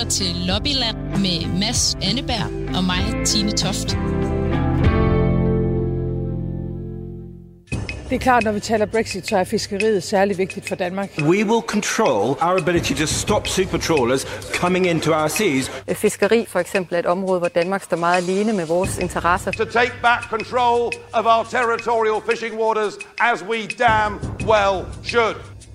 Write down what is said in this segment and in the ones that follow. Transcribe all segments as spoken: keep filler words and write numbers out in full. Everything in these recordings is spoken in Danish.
til Lobbyland med Mads Anneberg og mig, Tine Toft. Det er klart, når vi taler Brexit, så er fiskeriet særlig vigtigt for Danmark. We will control our ability to stop supertrawlers coming into our seas. Fiskeri for eksempel er et område, hvor Danmark står meget alene med vores interesser. To take back control of our territorial fishing waters as we damn well should.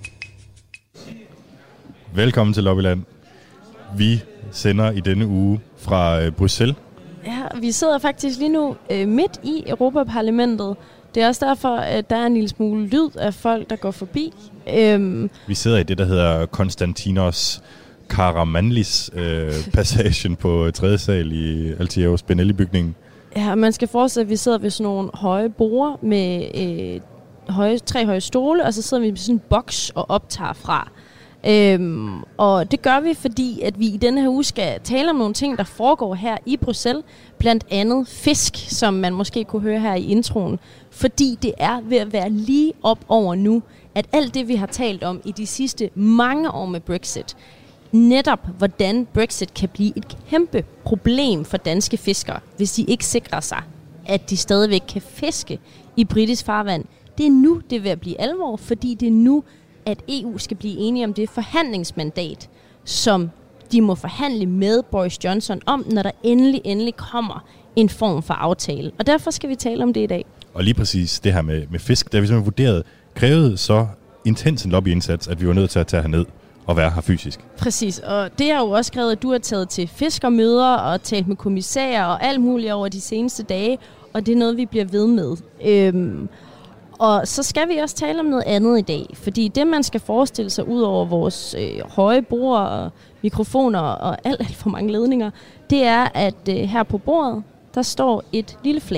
Velkommen til Lobbyland. Vi sender i denne uge fra øh, Bruxelles. Ja, vi sidder faktisk lige nu øh, midt i Europaparlamentet. Det er også derfor, at der er en lille smule lyd af folk, der går forbi. Øhm. Vi sidder i det, der hedder Konstantinos Karamanlis øh, passagen på tredje sal i Altiero Spinelli-bygningen. Ja, man skal forestille, at vi sidder ved sådan nogle høje borde med øh, høje, tre høje stole, og så sidder vi med sådan en boks og optager fra. Øhm, og det gør vi, fordi at vi i denne her uge skal tale om nogle ting, der foregår her i Bruxelles. Blandt andet fisk, som man måske kunne høre her i introen. Fordi det er ved at være lige op over nu, at alt det, vi har talt om i de sidste mange år med Brexit, netop hvordan Brexit kan blive et kæmpe problem for danske fiskere, hvis de ikke sikrer sig, at de stadigvæk kan fiske i britisk farvand. Det er nu, det er ved at blive alvor, fordi det er nu, at E U skal blive enige om det forhandlingsmandat, som de må forhandle med Boris Johnson om, når der endelig, endelig kommer en form for aftale. Og derfor skal vi tale om det i dag. Og lige præcis det her med, med fisk, der vi simpelthen vurderet, krævede så intens en lobbyindsats, at vi var nødt til at tage herned og være her fysisk. Præcis, og det har jo også skrevet, at du har taget til fiskermøder og talt med kommissærer og alt muligt over de seneste dage, og det er noget, vi bliver ved med. Øhm, Og så skal vi også tale om noget andet i dag, fordi det, man skal forestille sig ud over vores øh, høje bord og mikrofoner og alt, alt for mange ledninger, det er, at øh, her på bordet, der står et lille flag.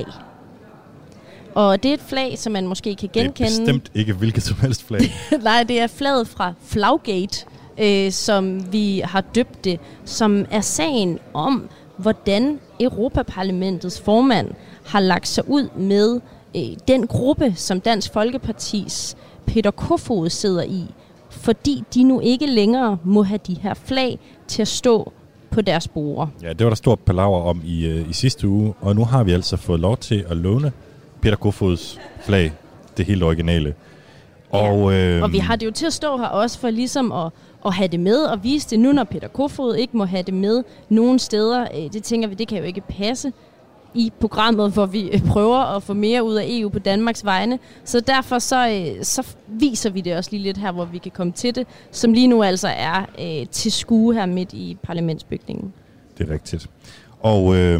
Og det er et flag, som man måske kan genkende. Det er bestemt ikke hvilket som helst flag. Nej, det er flaget fra Flaggate, øh, som vi har døbt det, som er sagen om, hvordan Europaparlamentets formand har lagt sig ud med den gruppe, som Dansk Folkepartis Peter Kofod sidder i, fordi de nu ikke længere må have de her flag til at stå på deres borde. Ja, det var der stort palaver om i, uh, i sidste uge, og nu har vi altså fået lov til at låne Peter Kofods flag, det helt originale. Og, ja. øh, og vi har det jo til at stå her også for ligesom at, at have det med og vise det nu, når Peter Kofod ikke må have det med nogen steder. Det tænker vi, det kan jo ikke passe i programmet, hvor vi prøver at få mere ud af E U på Danmarks vegne. Så derfor så, så viser vi det også lige lidt her, hvor vi kan komme til det, som lige nu altså er øh, til skue her midt i parlamentsbygningen. Det er rigtigt. Og øh,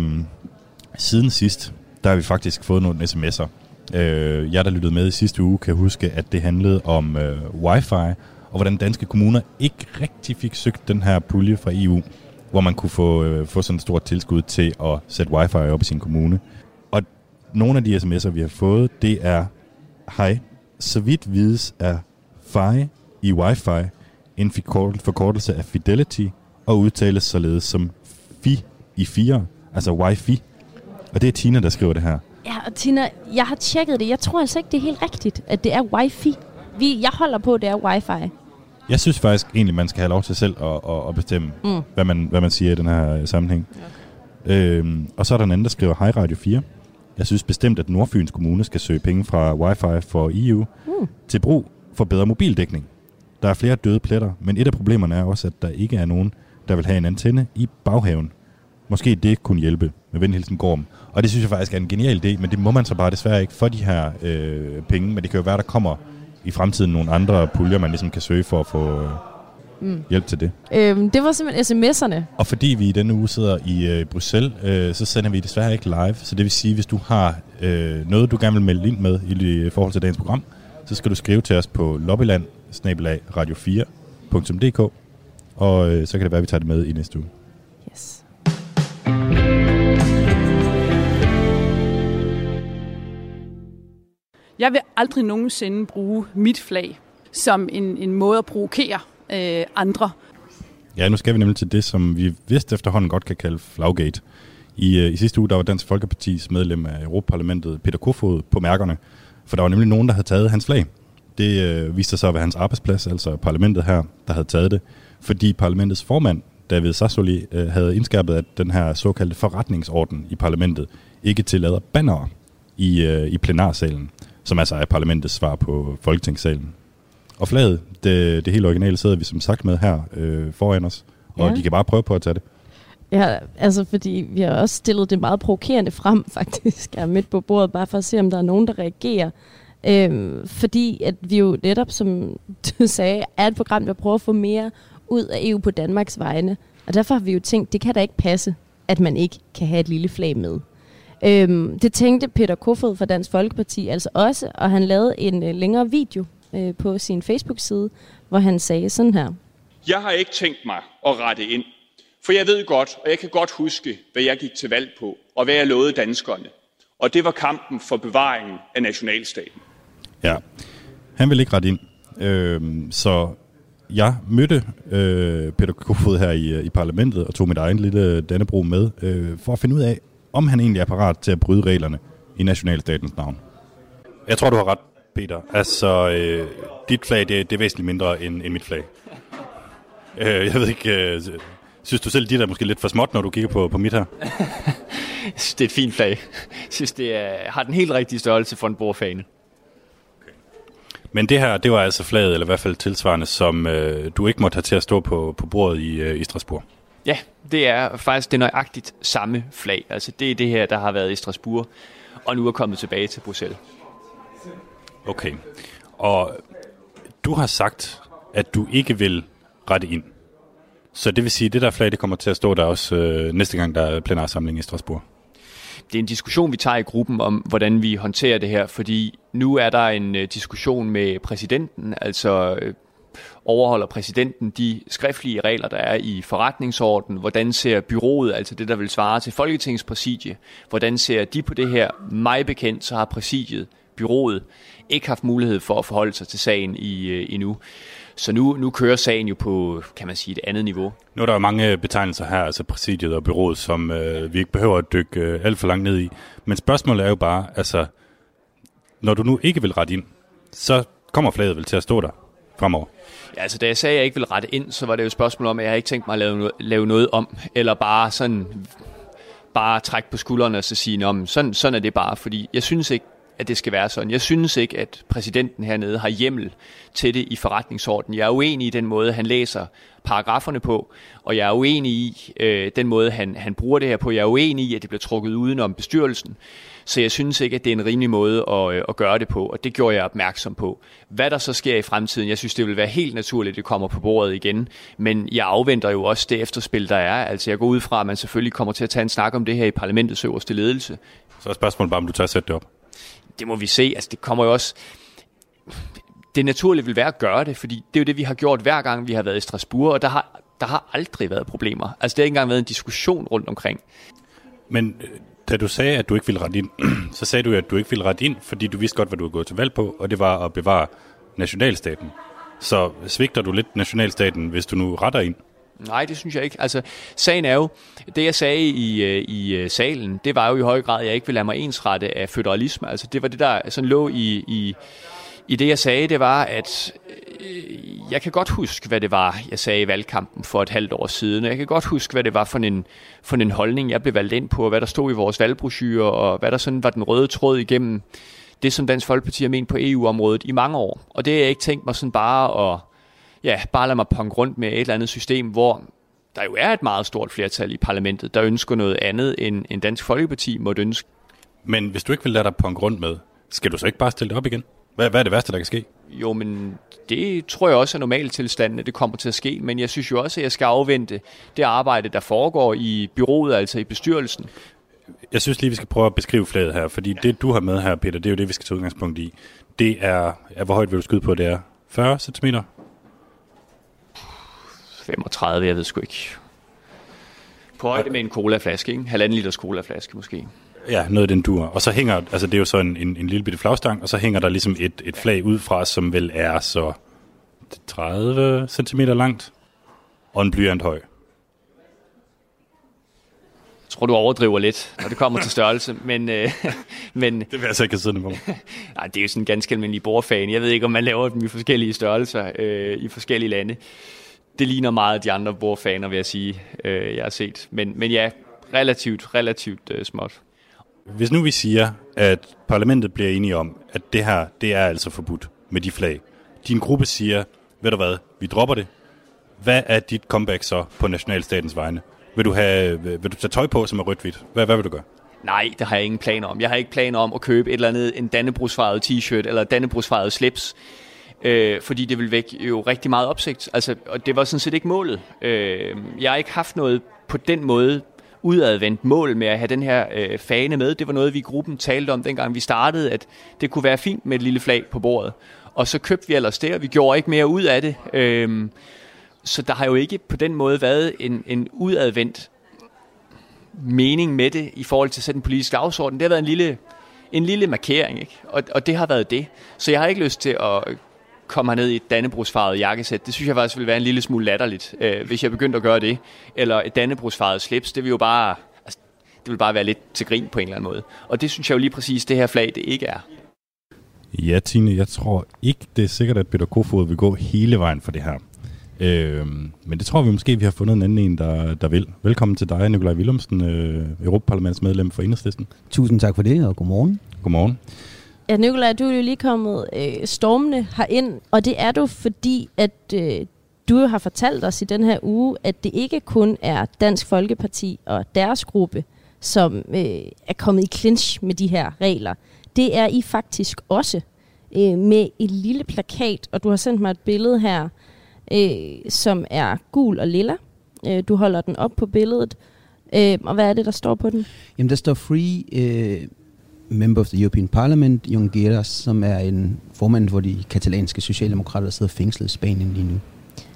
siden sidst, der har vi faktisk fået nogle sms'er. Øh, jeg, der lyttede med i sidste uge, kan huske, at det handlede om øh, wifi, og hvordan danske kommuner ikke rigtig fik søgt den her pulje fra E U, hvor man kunne få, øh, få sådan et stort tilskud til at sætte wifi op i sin kommune. Og nogle af de sms'er, vi har fået, det er: hej, så vidt vides er Fi i wifi en forkortelse af fidelity, og udtales således som Fi i fire, altså wifi. Og det er Tina, der skriver det her. Ja, og Tina, jeg har tjekket det. Jeg tror altså ikke, det er helt rigtigt, at det er wifi. Vi, jeg holder på, at det er wifi. Jeg synes faktisk egentlig, man skal have lov til selv at, at, at bestemme, mm. hvad, man, hvad man siger i den her sammenhæng. Ja. Øhm, og så er der en anden, der skriver: hej Radio fire. Jeg synes bestemt, at Nordfyns Kommune skal søge penge fra Wi-Fi for E U mm. til brug for bedre mobildækning. Der er flere døde pletter, men et af problemerne er også, at der ikke er nogen, der vil have en antenne i baghaven. Måske det kunne hjælpe. Med venlig hilsen Gorm. Og det synes jeg faktisk er en genial idé, men det må man så bare desværre ikke for de her øh, penge. Men det kan jo være, der kommer i fremtiden nogle andre puljer, man ligesom kan søge for at få øh, mm. hjælp til det. Øhm, det var simpelthen sms'erne. Og fordi vi i denne uge sidder i øh, Bruxelles, øh, så sender vi desværre ikke live. Så det vil sige, hvis du har øh, noget, du gerne vil melde ind med i, i forhold til dagens program, så skal du skrive til os på lobbyland bindestreg radio fire punktum d k, og øh, så kan det være, at vi tager det med i næste uge. Yes. Jeg vil aldrig nogensinde bruge mit flag som en, en måde at provokere øh, andre. Ja, nu skal vi nemlig til det, som vi vist efterhånden godt kan kalde Flaggate. I, øh, i sidste uge, der var Dansk Folkepartis medlem af Europaparlamentet, Peter Kofod, på mærkerne. For der var nemlig nogen, der havde taget hans flag. Det øh, viste sig at være hans arbejdsplads, altså parlamentet her, der havde taget det. Fordi parlamentets formand, David Sassoli, øh, havde indskærpet, at den her såkaldte forretningsorden i parlamentet ikke tillader bannere i, øh, i plenarsalen, som altså er parlamentets svar på Folketingssalen. Og flaget, det, det helt originale, sidder vi som sagt med her øh, foran os, og ja. De kan bare prøve på at tage det. Ja, altså fordi vi har også stillet det meget provokerende frem, faktisk, er midt på bordet, bare for at se, om der er nogen, der reagerer. Øhm, fordi at vi jo netop, som du sagde, er et program, der prøver at få mere ud af E U på Danmarks vegne. Og derfor har vi jo tænkt, det kan da ikke passe, at man ikke kan have et lille flag med. Øhm, det tænkte Peter Kofod fra Dansk Folkeparti altså også, og han lavede en øh, længere video øh, på sin Facebook-side, hvor han sagde sådan her. Jeg har ikke tænkt mig at rette ind, for jeg ved godt, og jeg kan godt huske, hvad jeg gik til valg på, og hvad jeg lovede danskerne. Og det var kampen for bevaringen af nationalstaten. Ja, han vil ikke rette ind. Øh, så jeg mødte øh, Peter Kofod her i, i parlamentet og tog mit egen lille Dannebrog med, øh, for at finde ud af, om han egentlig er parat til at bryde reglerne i nationalstatens navn. Jeg tror, du har ret, Peter. Altså, øh, dit flag, det, det er væsentligt mindre end, end mit flag. Øh, jeg ved ikke, øh, synes du selv, dit er måske lidt for småt, når du kigger på, på mit her? Jeg synes, det er et fint flag. Jeg synes, det er, har den helt rigtige størrelse for en bordfane. Okay. Men det her, det var altså flaget, eller i hvert fald tilsvarende, som øh, du ikke måtte have til at stå på, på bordet i, øh, i Strasbourg. Ja, det er faktisk det nøjagtigt samme flag. Altså det er det her, der har været i Strasbourg, og nu er kommet tilbage til Bruxelles. Okay. Og du har sagt, at du ikke vil rette ind. Så det vil sige, at det der flag, det kommer til at stå der også øh, næste gang, der er plenarsamling i Strasbourg. Det er en diskussion, vi tager i gruppen om, hvordan vi håndterer det her, fordi nu er der en øh, diskussion med præsidenten, altså øh, overholder præsidenten de skriftlige regler, der er i forretningsordenen, hvordan ser byrådet, altså det, der vil svare til Folketingets præsidie, hvordan ser de på det her? Mig bekendt, så har præsidiet, byrådet, ikke haft mulighed for at forholde sig til sagen i, øh, endnu. Så nu, nu kører sagen jo på, kan man sige, et andet niveau. Nu er der jo mange betegnelser her, altså præsidiet og byrådet, som øh, vi ikke behøver at dykke øh, alt for langt ned i. Men spørgsmålet er jo bare, altså, når du nu ikke vil rette ind, så kommer flaget vel til at stå der fremover? Ja, altså da jeg sagde, at jeg ikke vil rette ind, så var det jo et spørgsmål om, at jeg ikke tænkt mig at lave, lave noget om, eller bare sådan, bare trække på skuldrene og så sige, om sådan, sådan er det bare, fordi jeg synes ikke, at det skal være sådan. Jeg synes ikke, at præsidenten hernede har hjemmel til det i forretningsordenen. Jeg er uenig i den måde, han læser paragraferne på, og jeg er uenig i øh, den måde, han, han bruger det her på. Jeg er uenig i, at det bliver trukket udenom bestyrelsen. Så jeg synes ikke, at det er en rimelig måde at, øh, at gøre det på, og det gjorde jeg opmærksom på. Hvad der så sker i fremtiden, jeg synes, det vil være helt naturligt, at det kommer på bordet igen, men jeg afventer jo også det efterspil, der er. Altså jeg går ud fra, at man selvfølgelig kommer til at tage en snak om det her i parlamentets øverste ledelse. Så er spørgsmålet bare, om du tager at sætte det op. Det må vi se. Altså, det kommer jo også... Det naturligt vil være at gøre det, fordi det er jo det, vi har gjort hver gang, vi har været i Strasbourg, og der har, der har aldrig været problemer. Altså, det har ikke engang været en diskussion rundt omkring. Men da du sagde, at du ikke ville rette ind, så sagde du, at du ikke ville rette ind, fordi du vidste godt, hvad du havde gået til valg på, og det var at bevare nationalstaten. Så svigter du lidt nationalstaten, hvis du nu retter ind? Nej, det synes jeg ikke. Altså, sagen er jo, det jeg sagde i, i salen, det var jo i høj grad, at jeg ikke ville lade mig ensrette af føderalisme. Altså, det var det, der sådan lå i, i, i det, jeg sagde, det var, at øh, jeg kan godt huske, hvad det var, jeg sagde i valgkampen for et halvt år siden. Jeg kan godt huske, hvad det var for en, for en holdning, jeg blev valgt ind på, og hvad der stod i vores valgbrochurer, og hvad der sådan var den røde tråd igennem det, som Dansk Folkeparti har ment på E U-området i mange år. Og det har jeg ikke tænkt mig sådan bare at... Ja, bare lad mig punke rundt med et eller andet system, hvor der jo er et meget stort flertal i parlamentet, der ønsker noget andet, end, end Dansk Folkeparti måtte ønske. Men hvis du ikke vil lade dig punke rundt med, skal du så ikke bare stille det op igen? Hvad, hvad er det værste, der kan ske? Jo, men det tror jeg også er normaltilstanden, at det kommer til at ske. Men jeg synes jo også, at jeg skal afvente det arbejde, der foregår i byrådet, altså i bestyrelsen. Jeg synes lige, vi skal prøve at beskrive flaget her, fordi ja. Det, du har med her, Peter, det er jo det, vi skal tage udgangspunkt i. Det er, er hvor højt vil du skyde på, det er fyrre centimeter? femogtredive, jeg ved sgu ikke. På højde med en colaflaske, ikke? Halvanden liters colaflaske måske. Ja, noget af den dur. Og så hænger, altså det er jo så en, en, en lille bitte flagstang, og så hænger der ligesom et, et flag ud fra, som vel er så tredive centimeter langt, og en blyant høj. Jeg tror, du overdriver lidt, når det kommer til størrelse, men... Øh, men det vil jeg så ikke have siddende på. Nej, det er jo sådan en ganske almindelig bordfane. Jeg ved ikke, om man laver dem i forskellige størrelser øh, i forskellige lande. det ligner meget de andre bordfaner, vil jeg sige, øh, jeg har set. Men, men ja, relativt, relativt øh, småt. Hvis nu vi siger, at parlamentet bliver enige om, at det her, det er altså forbudt med de flag. Din gruppe siger, ved du hvad, vi dropper det. Hvad er dit comeback så på nationalstatens vegne? Vil du, have, vil du tage tøj på, som er rødt-hvidt? Hvad, hvad vil du gøre? Nej, det har jeg ingen planer om. Jeg har ikke planer om at købe et eller andet, en dannebrugsfarvet t-shirt eller dannebrugsfarvet slips, øh, fordi det vil vække jo rigtig meget opsigt. Altså, og det var sådan set ikke målet. Øh, jeg har ikke haft noget på den måde udadvendt mål med at have den her øh, fane med. Det var noget, vi i gruppen talte om, dengang vi startede, at det kunne være fint med et lille flag på bordet. Og så købte vi ellers det, og vi gjorde ikke mere ud af det. Øh, så der har jo ikke på den måde været en, en udadvendt mening med det i forhold til at sætte en politisk dagsorden. Det har været en lille, en lille markering, ikke? Og, og det har været det. Så jeg har ikke lyst til at komme herned i et dannebrugsfarvet jakkesæt. Det synes jeg faktisk ville være en lille smule latterligt, øh, hvis jeg begyndte at gøre det. Eller et dannebrugsfarvet slips, det vil jo bare, altså, det vil bare være lidt til grin på en eller anden måde. Og det synes jeg jo lige præcis, det her flag, det ikke er. Ja, Tine, jeg tror ikke, det er sikkert, at Peter Kofod vil gå hele vejen for det her. Øhm, men det tror vi måske, vi har fundet en anden en, der, der vil. Velkommen til dig, Nikolaj Villumsen, øh, Europaparlamentsmedlem for Enhedslisten. Tusind tak for det, og godmorgen. Godmorgen. Ja, Nikolaj, du er jo lige kommet øh, stormende herind, og det er du, fordi at øh, du har fortalt os i den her uge, at det ikke kun er Dansk Folkeparti og deres gruppe, som øh, er kommet i clinch med de her regler. Det er I faktisk også øh, med en lille plakat, og du har sendt mig et billede her, øh, som er gul og lilla. Øh, du holder den op på billedet. Øh, og hvad er det, der står på den? Jamen, der står Free øh, Member of the European Parliament, Junqueras, som er en formand for de katalanske socialdemokrater, der sidder fængslet i Spanien lige nu.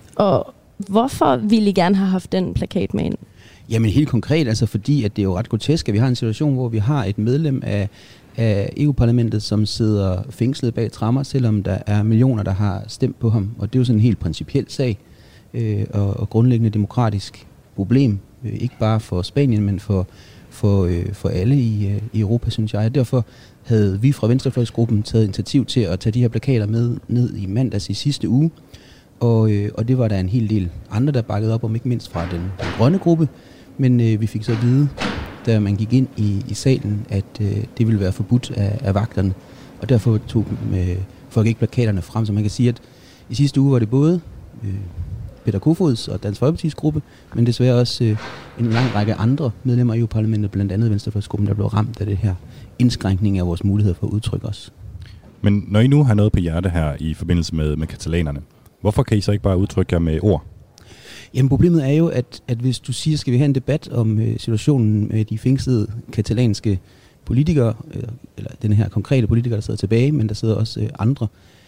Og hvorfor ville I gerne have haft den plakat med ind? Jamen helt konkret, altså fordi at det er jo ret grotesk, at vi har en situation, hvor vi har et medlem af, af E U-parlamentet, som sidder fængslet bag tremmer, selvom der er millioner, der har stemt på ham. Og det er jo sådan en helt principiel sag øh, og, og grundlæggende demokratisk problem, øh, ikke bare for Spanien, men for, for, øh, for alle i, øh, i Europa, synes jeg. Derfor havde vi fra Venstrefløjsgruppen taget initiativ til at tage de her plakater med ned i mandags i sidste uge. Og, øh, og det var der en hel del andre, der bakkede op om, ikke mindst fra den, den grønne gruppe. Men øh, vi fik så at vide, da man gik ind i, i salen, at øh, det ville være forbudt af, af vagterne. Og derfor tog øh, folk ikke plakaterne frem, så man kan sige, at i sidste uge var det både øh, Peter Kofods og Dansk Folkepartis gruppe, men desværre også øh, en lang række andre medlemmer af E U-parlamentet, blandt andet Venstrefløjsgruppen, der blev ramt af det her indskrænkning af vores muligheder for at udtrykke os. Men når I nu har noget på hjerte her i forbindelse med, med katalanerne, hvorfor kan I så ikke bare udtrykke jer med ord? Jamen problemet er jo, at, at hvis du siger, skal vi have en debat om øh, situationen med de fængslede katalanske politikere, øh, eller den her konkrete politiker, der sidder tilbage, men der sidder også øh, andre,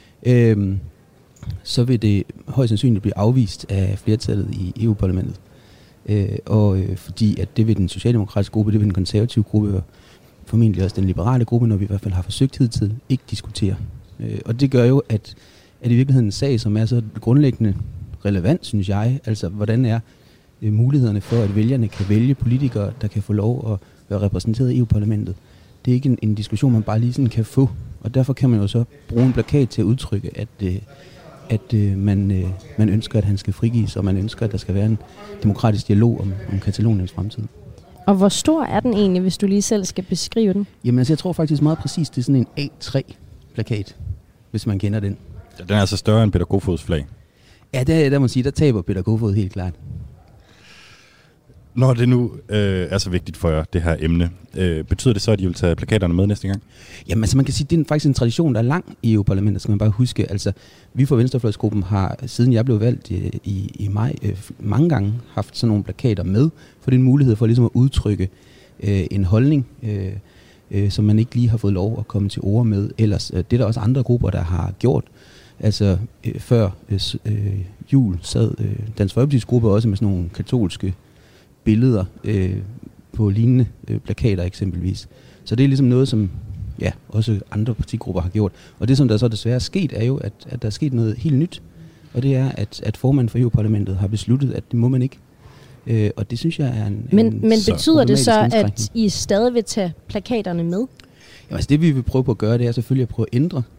øh, så vil det højst sandsynligt blive afvist af flertallet i E U-parlamentet. Øh, og øh, fordi at det vil den socialdemokratiske gruppe, det vil den konservative gruppe, og formentlig også den liberale gruppe, når vi i hvert fald har forsøgt hidtil, ikke diskutere. Øh, og det gør jo, at, at i virkeligheden en sag, som er så grundlæggende relevant, synes jeg, altså hvordan er øh, mulighederne for, at vælgerne kan vælge politikere, der kan få lov at være repræsenteret i E U-parlamentet. Det er ikke en, en diskussion, man bare lige sådan kan få, og derfor kan man jo så bruge en plakat til at udtrykke, at, øh, at øh, man, øh, man ønsker, at han skal frigives, og man ønsker, at der skal være en demokratisk dialog om, om Kataloniens fremtid. Og hvor stor er den egentlig, hvis du lige selv skal beskrive den? Jamen altså, jeg tror faktisk meget præcist, det er sådan en A tre plakat, hvis man kender den. Den er altså større end Peter Kofods flag. Ja, der, der må man sige, der taber Peter Kofod helt klart. Når det nu øh, er så vigtigt for jer, det her emne, øh, betyder det så, at I vil tage plakaterne med næste gang? Jamen altså, man kan sige, det er faktisk en tradition, der er lang i E U-parlamentet, skal man bare huske. Altså, vi fra Venstrefløjsgruppen har, siden jeg blev valgt i, i, i maj, øh, mange gange haft sådan nogle plakater med, for det er en mulighed for ligesom at udtrykke øh, en holdning, øh, øh, som man ikke lige har fået lov at komme til ord med. Ellers, øh, det er der også andre grupper, der har gjort. Altså øh, før øh, jul sad øh, Dansk Folkepartis gruppe også med sådan nogle katolske billeder øh, på lignende øh, plakater eksempelvis. Så det er ligesom noget, som ja, også andre partigrupper har gjort. Og det, som der så desværre er sket, er jo, at, at der er sket noget helt nyt. Og det er, at, at formanden for E U-parlamentet har besluttet, at det må man ikke. Øh, og det synes jeg er en Men, en men betyder det så, at I stadig vil tage plakaterne med? Jamen, altså det, vi vil prøve på at gøre, det er selvfølgelig at prøve at ændre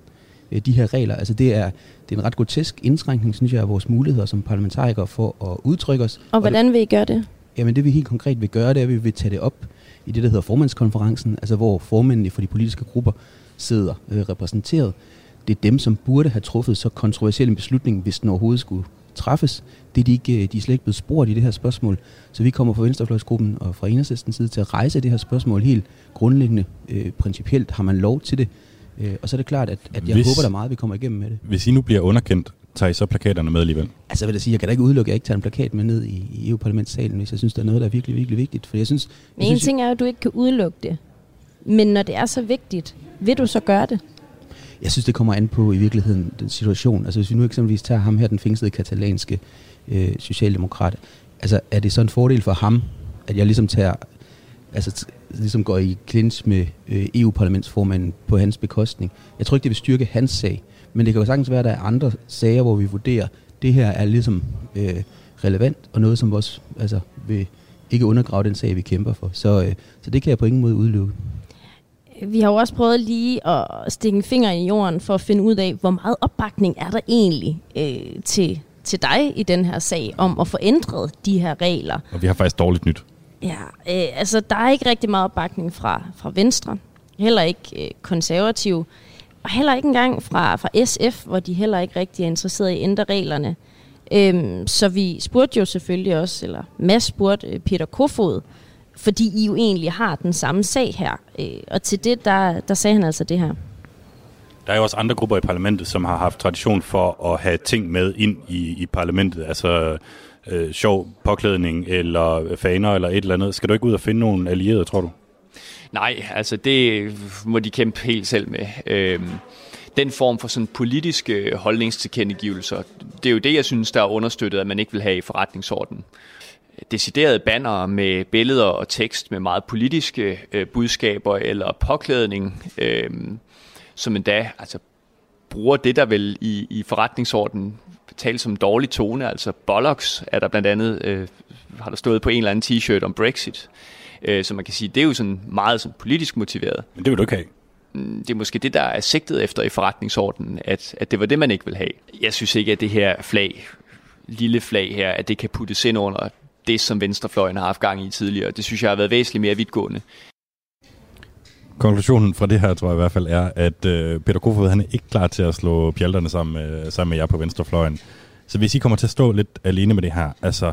øh, de her regler. Altså det er, det er en ret grotesk indskrænkning, synes jeg, af vores muligheder som parlamentarikere for at udtrykke os. Og hvordan og det, vil I gøre det? Jamen det vi helt konkret vil gøre, det er, at vi vil tage det op i det, der hedder formandskonferencen, altså hvor formændene for de politiske grupper sidder øh, repræsenteret. Det er dem, som burde have truffet så kontroversiel en beslutning, hvis den overhovedet skulle træffes. Det er de, ikke, de er slet ikke blevet spurgt i det her spørgsmål. Så vi kommer fra Venstrefløjsgruppen og fra Enhedslistens side til at rejse det her spørgsmål helt grundlæggende. Øh, principielt har man lov til det. Øh, og så er det klart, at, at jeg hvis, håber, der meget, vi kommer igennem med det. Hvis I nu bliver underkendt, tager I så plakaterne med alligevel? Altså, jeg vil da sige, jeg kan da ikke udelukke, at jeg ikke tager en plakat med ned i, i E U-parlamentssalen, hvis jeg synes, der er noget, der er virkelig, virkelig vigtigt. For jeg synes, Men jeg en synes, ting er, at du ikke kan udelukke det. Men når det er så vigtigt, vil du så gøre det? Jeg synes, det kommer an på i virkeligheden den situation. Altså, hvis vi nu eksempelvis tager ham her, den fængslede katalanske øh, socialdemokrat, altså, er det så en fordel for ham, at jeg ligesom tager, altså, t- ligesom går i clinch med øh, E U-parlamentsformanden på hans bekostning? Jeg tror ikke, det vil styrke hans sag. Men det kan jo sagtens være, at der er andre sager, hvor vi vurderer, at det her er ligesom øh, relevant, og noget, som også altså, vil ikke undergrave den sag, vi kæmper for. Så, øh, så det kan jeg på ingen måde udelukke. Vi har jo også prøvet lige at stikke en finger i jorden for at finde ud af, hvor meget opbakning er der egentlig øh, til, til dig i den her sag om at få ændret de her regler. Og vi har faktisk dårligt nyt. Ja, øh, altså der er ikke rigtig meget opbakning fra, fra Venstre, heller ikke øh, konservative, og heller ikke engang fra, fra S F, hvor de heller ikke rigtig er interesseret i at ændre reglerne. Øhm, så vi spurgte jo selvfølgelig også, eller Mads spurgte øh, Peter Kofod, fordi I jo egentlig har den samme sag her. Øh, og til det, der, der sagde han altså det her. Der er jo også andre grupper i parlamentet, som har haft tradition for at have ting med ind i, i parlamentet, altså øh, sjov påklædning eller faner eller et eller andet. Skal du ikke ud og finde nogle allierede, tror du? Nej, altså det må de kæmpe helt selv med. Øhm, den form for sådan politiske holdningstilkendegivelser, det er jo det, jeg synes, der er understøttet, at man ikke vil have i forretningsordenen. Deciderede banner med billeder og tekst med meget politiske øh, budskaber eller påklædning, øh, som endda altså, bruger det, der vel i, i forretningsordenen tales som dårlig tone, altså bollocks er der blandt andet, øh, har der stået på en eller anden t-shirt om Brexit. Øh, så man kan sige, det er jo sådan meget sådan politisk motiveret. Men det vil du ikke have. Det er måske det, der er sigtet efter i forretningsordenen, at, at det var det, man ikke vil have. Jeg synes ikke, at det her flag, lille flag her, at det kan puttes ind under det, som venstrefløjen har haft gang i tidligere. Det synes jeg har været væsentligt mere vidtgående. Konklusionen fra det her, tror jeg i hvert fald, er, at øh, Peter Kofod, han er ikke klar til at slå pjalterne sammen, øh, sammen med jer på venstrefløjen. Så hvis I kommer til at stå lidt alene med det her, altså,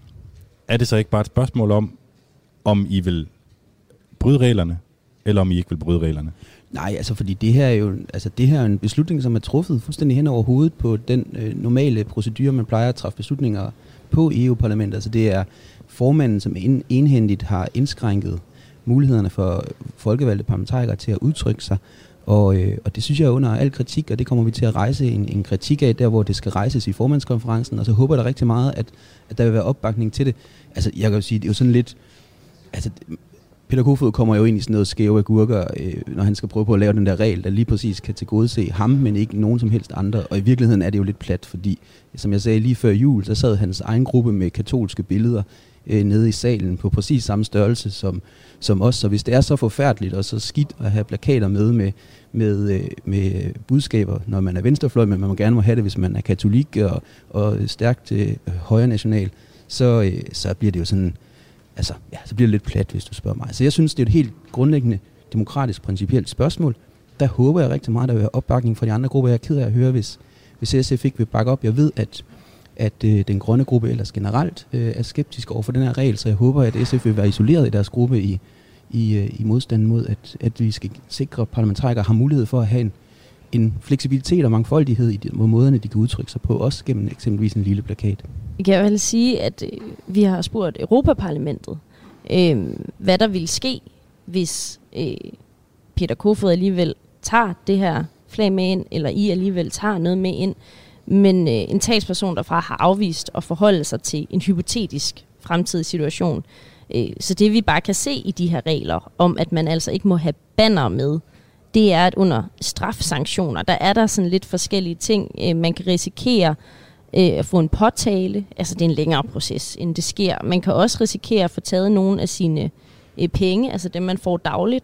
er det så ikke bare et spørgsmål om, om I vil bryde reglerne, eller om I ikke vil bryde reglerne? Nej, altså fordi det her er jo altså det her er en beslutning, som er truffet fuldstændig hen over hovedet på den øh, normale procedure, man plejer at træffe beslutninger på E U-parlamentet. Altså det er formanden, som en, enhændigt har indskrænket mulighederne for folkevalgte parlamentarikere til at udtrykke sig. Og, øh, og det synes jeg er under al kritik, og det kommer vi til at rejse en, en kritik af, der hvor det skal rejses i formandskonferencen, og så håber jeg da rigtig meget, at, at der vil være opbakning til det. Altså jeg kan jo sige, det er jo sådan lidt... Altså, Peter Kofod kommer jo ind i sådan noget skæve agurker, øh, når han skal prøve på at lave den der regel, der lige præcis kan tilgodese ham, men ikke nogen som helst andre. Og i virkeligheden er det jo lidt plat, fordi, som jeg sagde lige før jul, så sad hans egen gruppe med katolske billeder øh, nede i salen på præcis samme størrelse som, som os. Så hvis det er så forfærdeligt og så skidt at have plakater med med, med, øh, med budskaber, når man er venstrefløj, men man må gerne må have det, hvis man er katolik og, og stærkt øh, højre national, så, øh, så bliver det jo sådan... Altså, ja, så bliver det lidt plat, hvis du spørger mig. Så jeg synes, det er et helt grundlæggende demokratisk, principielt spørgsmål. Der håber jeg rigtig meget, at der vil være opbakning fra de andre grupper. Jeg er ked af at høre, hvis, hvis S F ikke vil bakke op. Jeg ved, at, at øh, den grønne gruppe ellers generelt øh, er skeptisk over for den her regel, så jeg håber, at S F vil være isoleret i deres gruppe i, i, øh, i modstanden mod, at, at vi skal sikre, at parlamentarikere har mulighed for at have en, en fleksibilitet og mangfoldighed i de måderne, de kan udtrykke sig på, også gennem eksempelvis en lille plakat. Jeg kan vel sige, at øh, vi har spurgt Europaparlamentet, øh, hvad der ville ske, hvis øh, Peter Kofod alligevel tager det her flag med ind, eller I alligevel tager noget med ind, men øh, en talsperson derfra har afvist at forholde sig til en hypotetisk fremtidig situation. Øh, så det vi bare kan se i de her regler, om at man altså ikke må have banner med, det er, at under strafsanktioner, der er der sådan lidt forskellige ting. Øh, man kan risikere øh, at få en påtale, altså det er en længere proces, end det sker. Man kan også risikere at få taget nogle af sine øh, penge, altså dem man får dagligt.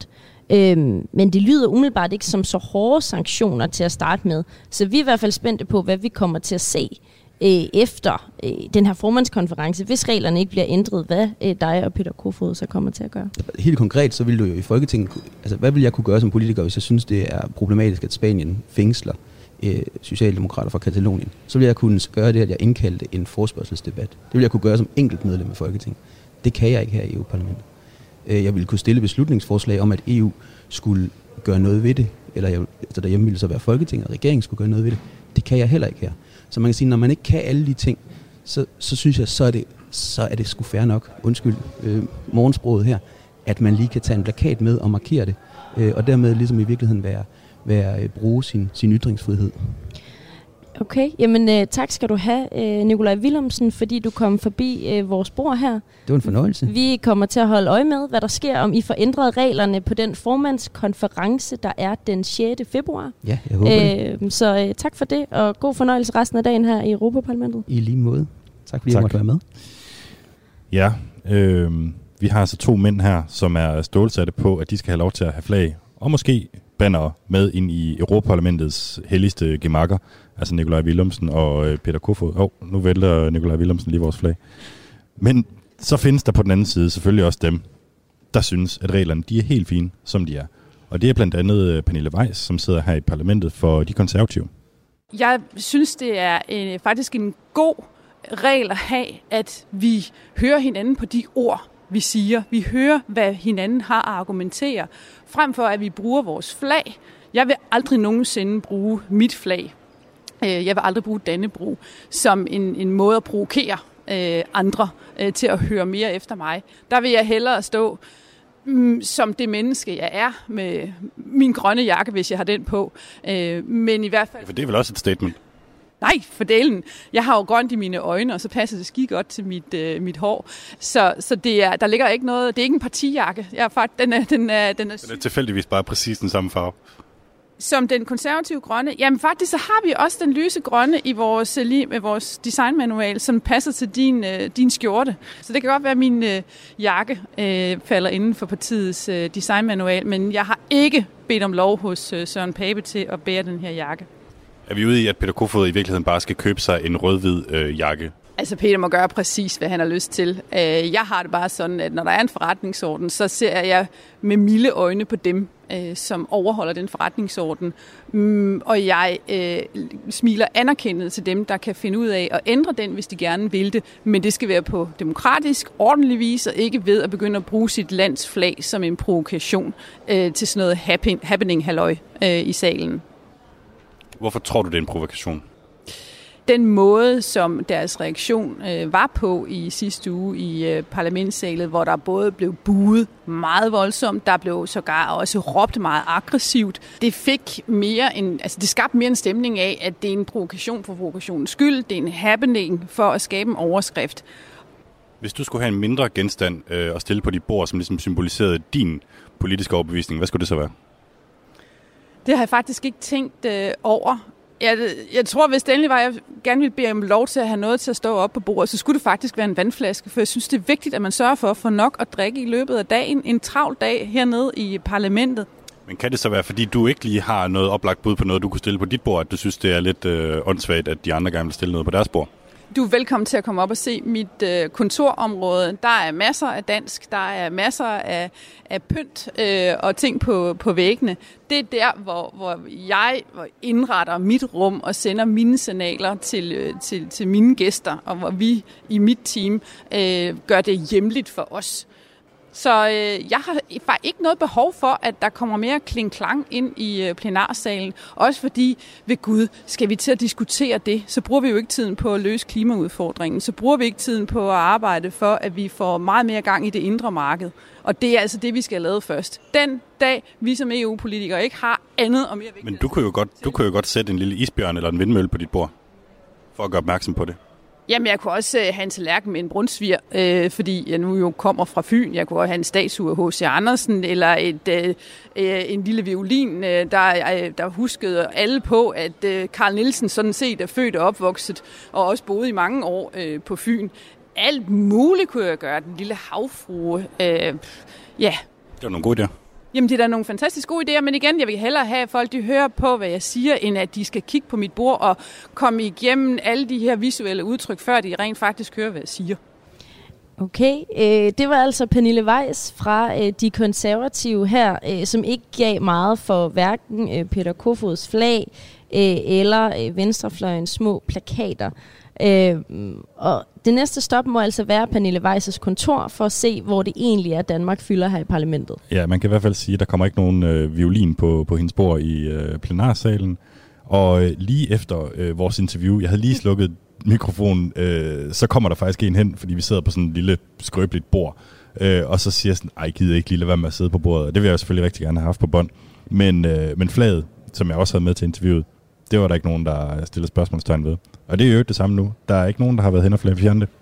Øhm, men det lyder umiddelbart ikke som så hårde sanktioner til at starte med. Så vi er i hvert fald spændte på, hvad vi kommer til at se øh, efter øh, den her formandskonference, hvis reglerne ikke bliver ændret, hvad øh, dig og Peter Kofod så kommer til at gøre. Helt konkret, så vil du jo i Folketinget, altså hvad vil jeg kunne gøre som politiker, hvis jeg synes, det er problematisk, at Spanien fængsler øh, socialdemokrater fra Katalonien? Så vil jeg kunne gøre det, at jeg indkaldte en forespørgselsdebat. Det vil jeg kunne gøre som enkelt medlem af Folketinget. Det kan jeg ikke her i E U-parlamentet. Jeg ville kunne stille beslutningsforslag om, at E U skulle gøre noget ved det, eller jeg, altså derhjemme ville så være Folketinget, og regeringen skulle gøre noget ved det. Det kan jeg heller ikke her. Så man kan sige, når man ikke kan alle de ting, så, så synes jeg, så er det, så er det sgu fair nok, undskyld øh, morgensproget her, at man lige kan tage en plakat med og markere det, øh, og dermed ligesom i virkeligheden være, være øh, bruge sin, sin ytringsfrihed. Okay, jamen øh, tak skal du have, øh, Nikolaj Villumsen, fordi du kom forbi øh, vores bord her. Det var en fornøjelse. Vi kommer til at holde øje med, hvad der sker, om I får ændret reglerne på den formandskonference, der er den sjette februar. Ja, jeg håber øh, Så øh, tak for det, og god fornøjelse resten af dagen her i Europaparlamentet. I lige måde. Tak fordi tak. Jeg måtte være med. Ja, øh, vi har altså to mænd her, som er stålsatte på, at de skal have lov til at have flag, og måske banner med ind i Europaparlamentets helligste gemakker, altså Nikolaj Villumsen og øh, Peter Kofod. Åh, oh, nu vælter Nikolaj Villumsen lige vores flag. Men så findes der på den anden side selvfølgelig også dem, der synes, at reglerne de er helt fine, som de er. Og det er blandt andet Pernille Weiss, som sidder her i parlamentet for de konservative. Jeg synes, det er øh, faktisk en god regel at have, at vi hører hinanden på de ord, vi siger. Vi hører, hvad hinanden har at argumentere, frem for at vi bruger vores flag. Jeg vil aldrig nogensinde bruge mit flag. Jeg vil aldrig bruge Dannebrog som en, en måde at provokere øh, andre øh, til at høre mere efter mig. Der vil jeg hellere stå mm, som det menneske, jeg er, med min grønne jakke, hvis jeg har den på. Øh, men i hvert fald... For det er vel også et statement? Nej, for delen. Jeg har jo grønt i mine øjne, og så passer det skide godt til mit, øh, mit hår. Så, så det er, der ligger ikke noget... Det er ikke en partijakke. Jeg er faktisk, den er, den er, den er, den er tilfældigvis bare præcis den samme farve. Som den konservative grønne. Jamen faktisk så har vi også den lyse grønne i vores, med vores designmanual, som passer til din, øh, din skjorte. Så det kan godt være, at min øh, jakke øh, falder inden for partiets øh, designmanual, men jeg har ikke bedt om lov hos øh, Søren Pape til at bære den her jakke. Er vi ude i, at Peter Kofod i virkeligheden bare skal købe sig en rød-hvid øh, jakke? Altså Peter må gøre præcis, hvad han har lyst til. Jeg har det bare sådan, at når der er en forretningsorden, så ser jeg med milde øjne på dem, som overholder den forretningsorden. Og jeg øh, smiler anerkendet til dem, der kan finde ud af at ændre den, hvis de gerne vil det. Men det skal være på demokratisk, ordentlig vis, og ikke ved at begynde at bruge sit lands flag som en provokation øh, til sådan noget happen- happening-halløj øh, i salen. Hvorfor tror du, det er en provokation? Den måde, som deres reaktion øh, var på i sidste uge i øh, parlamentssalet, hvor der både blev buet meget voldsomt, der blev sågar også råbt meget aggressivt. Det fik mere en, altså det skabte mere en stemning af, at det er en provokation for provokationens skyld, det er en happening for at skabe en overskrift. Hvis du skulle have en mindre genstand øh, at stille på dit bord, som ligesom symboliserede din politiske overbevisning, hvad skulle det så være? Det har jeg faktisk ikke tænkt øh, over. Jeg, jeg tror, hvis det endelig var, jeg gerne ville bede om lov til at have noget til at stå op på bordet, så skulle det faktisk være en vandflaske, for jeg synes, det er vigtigt, at man sørger for at få nok at drikke i løbet af dagen. En travl dag hernede i parlamentet. Men kan det så være, fordi du ikke lige har noget oplagt bud på noget, du kunne stille på dit bord, at du synes, det er lidt øh, åndssvagt, at de andre gerne vil stille noget på deres bord? Du er velkommen til at komme op og se mit øh, kontorområde. Der er masser af dansk, der er masser af, af pynt øh, og ting på, på væggene. Det er der, hvor, hvor jeg indretter mit rum og sender mine signaler til, øh, til, til mine gæster, og hvor vi i mit team øh, gør det hjemligt for os. Så øh, jeg har ikke noget behov for, at der kommer mere kling-klang ind i øh, plenarsalen. Også fordi, ved Gud, skal vi til at diskutere det, så bruger vi jo ikke tiden på at løse klimaudfordringen. Så bruger vi ikke tiden på at arbejde for, at vi får meget mere gang i det indre marked. Og det er altså det, vi skal lave først. Den dag, vi som E U-politikere ikke har andet og mere vigtigt. Men du kunne jo godt, du kunne jo godt sætte en lille isbjørn eller en vindmølle på dit bord, for at gøre opmærksom på det. Jamen, jeg kunne også have en tallerken med en brunsviger, øh, fordi jeg nu jo kommer fra Fyn. Jeg kunne også have en statue af H C Andersen, eller et, øh, en lille violin, øh, der, der huskede alle på, at øh, Carl Nielsen sådan set er født og opvokset, og også boet i mange år øh, på Fyn. Alt muligt kunne jeg gøre. Den lille havfrue. Øh, ja. Det var nogle gode idéer. Jamen, det er da nogle fantastisk gode idéer, men igen, jeg vil hellere have, at folk de hører på, hvad jeg siger, end at de skal kigge på mit bord og komme igennem alle de her visuelle udtryk, før de rent faktisk hører, hvad jeg siger. Okay, øh, det var altså Pernille Weiss fra øh, De Konservative her, øh, som ikke gav meget for hverken øh, Peter Kofods flag øh, eller øh, venstrefløjens små plakater. Øh, og det næste stop må altså være Pernille Weiss' kontor for at se, hvor det egentlig er, Danmark fylder her i parlamentet. Ja, man kan i hvert fald sige, at der kommer ikke nogen øh, violin på, på hendes bord i øh, plenarsalen. Og øh, lige efter øh, vores interview, jeg havde lige slukket mikrofonen, øh, så kommer der faktisk en hen, fordi vi sidder på sådan et lille skrøbeligt bord. Øh, og så siger jeg sådan, ej, gider ikke lige lade være med at sidde på bordet. Og det vil jeg jo selvfølgelig rigtig gerne have haft på bånd. Men, øh, men flaget, som jeg også havde med til interviewet, det var der ikke nogen, der stillede spørgsmålstegn ved. Og det er jo det samme nu. Der er ikke nogen, der har været hen og fjerne det.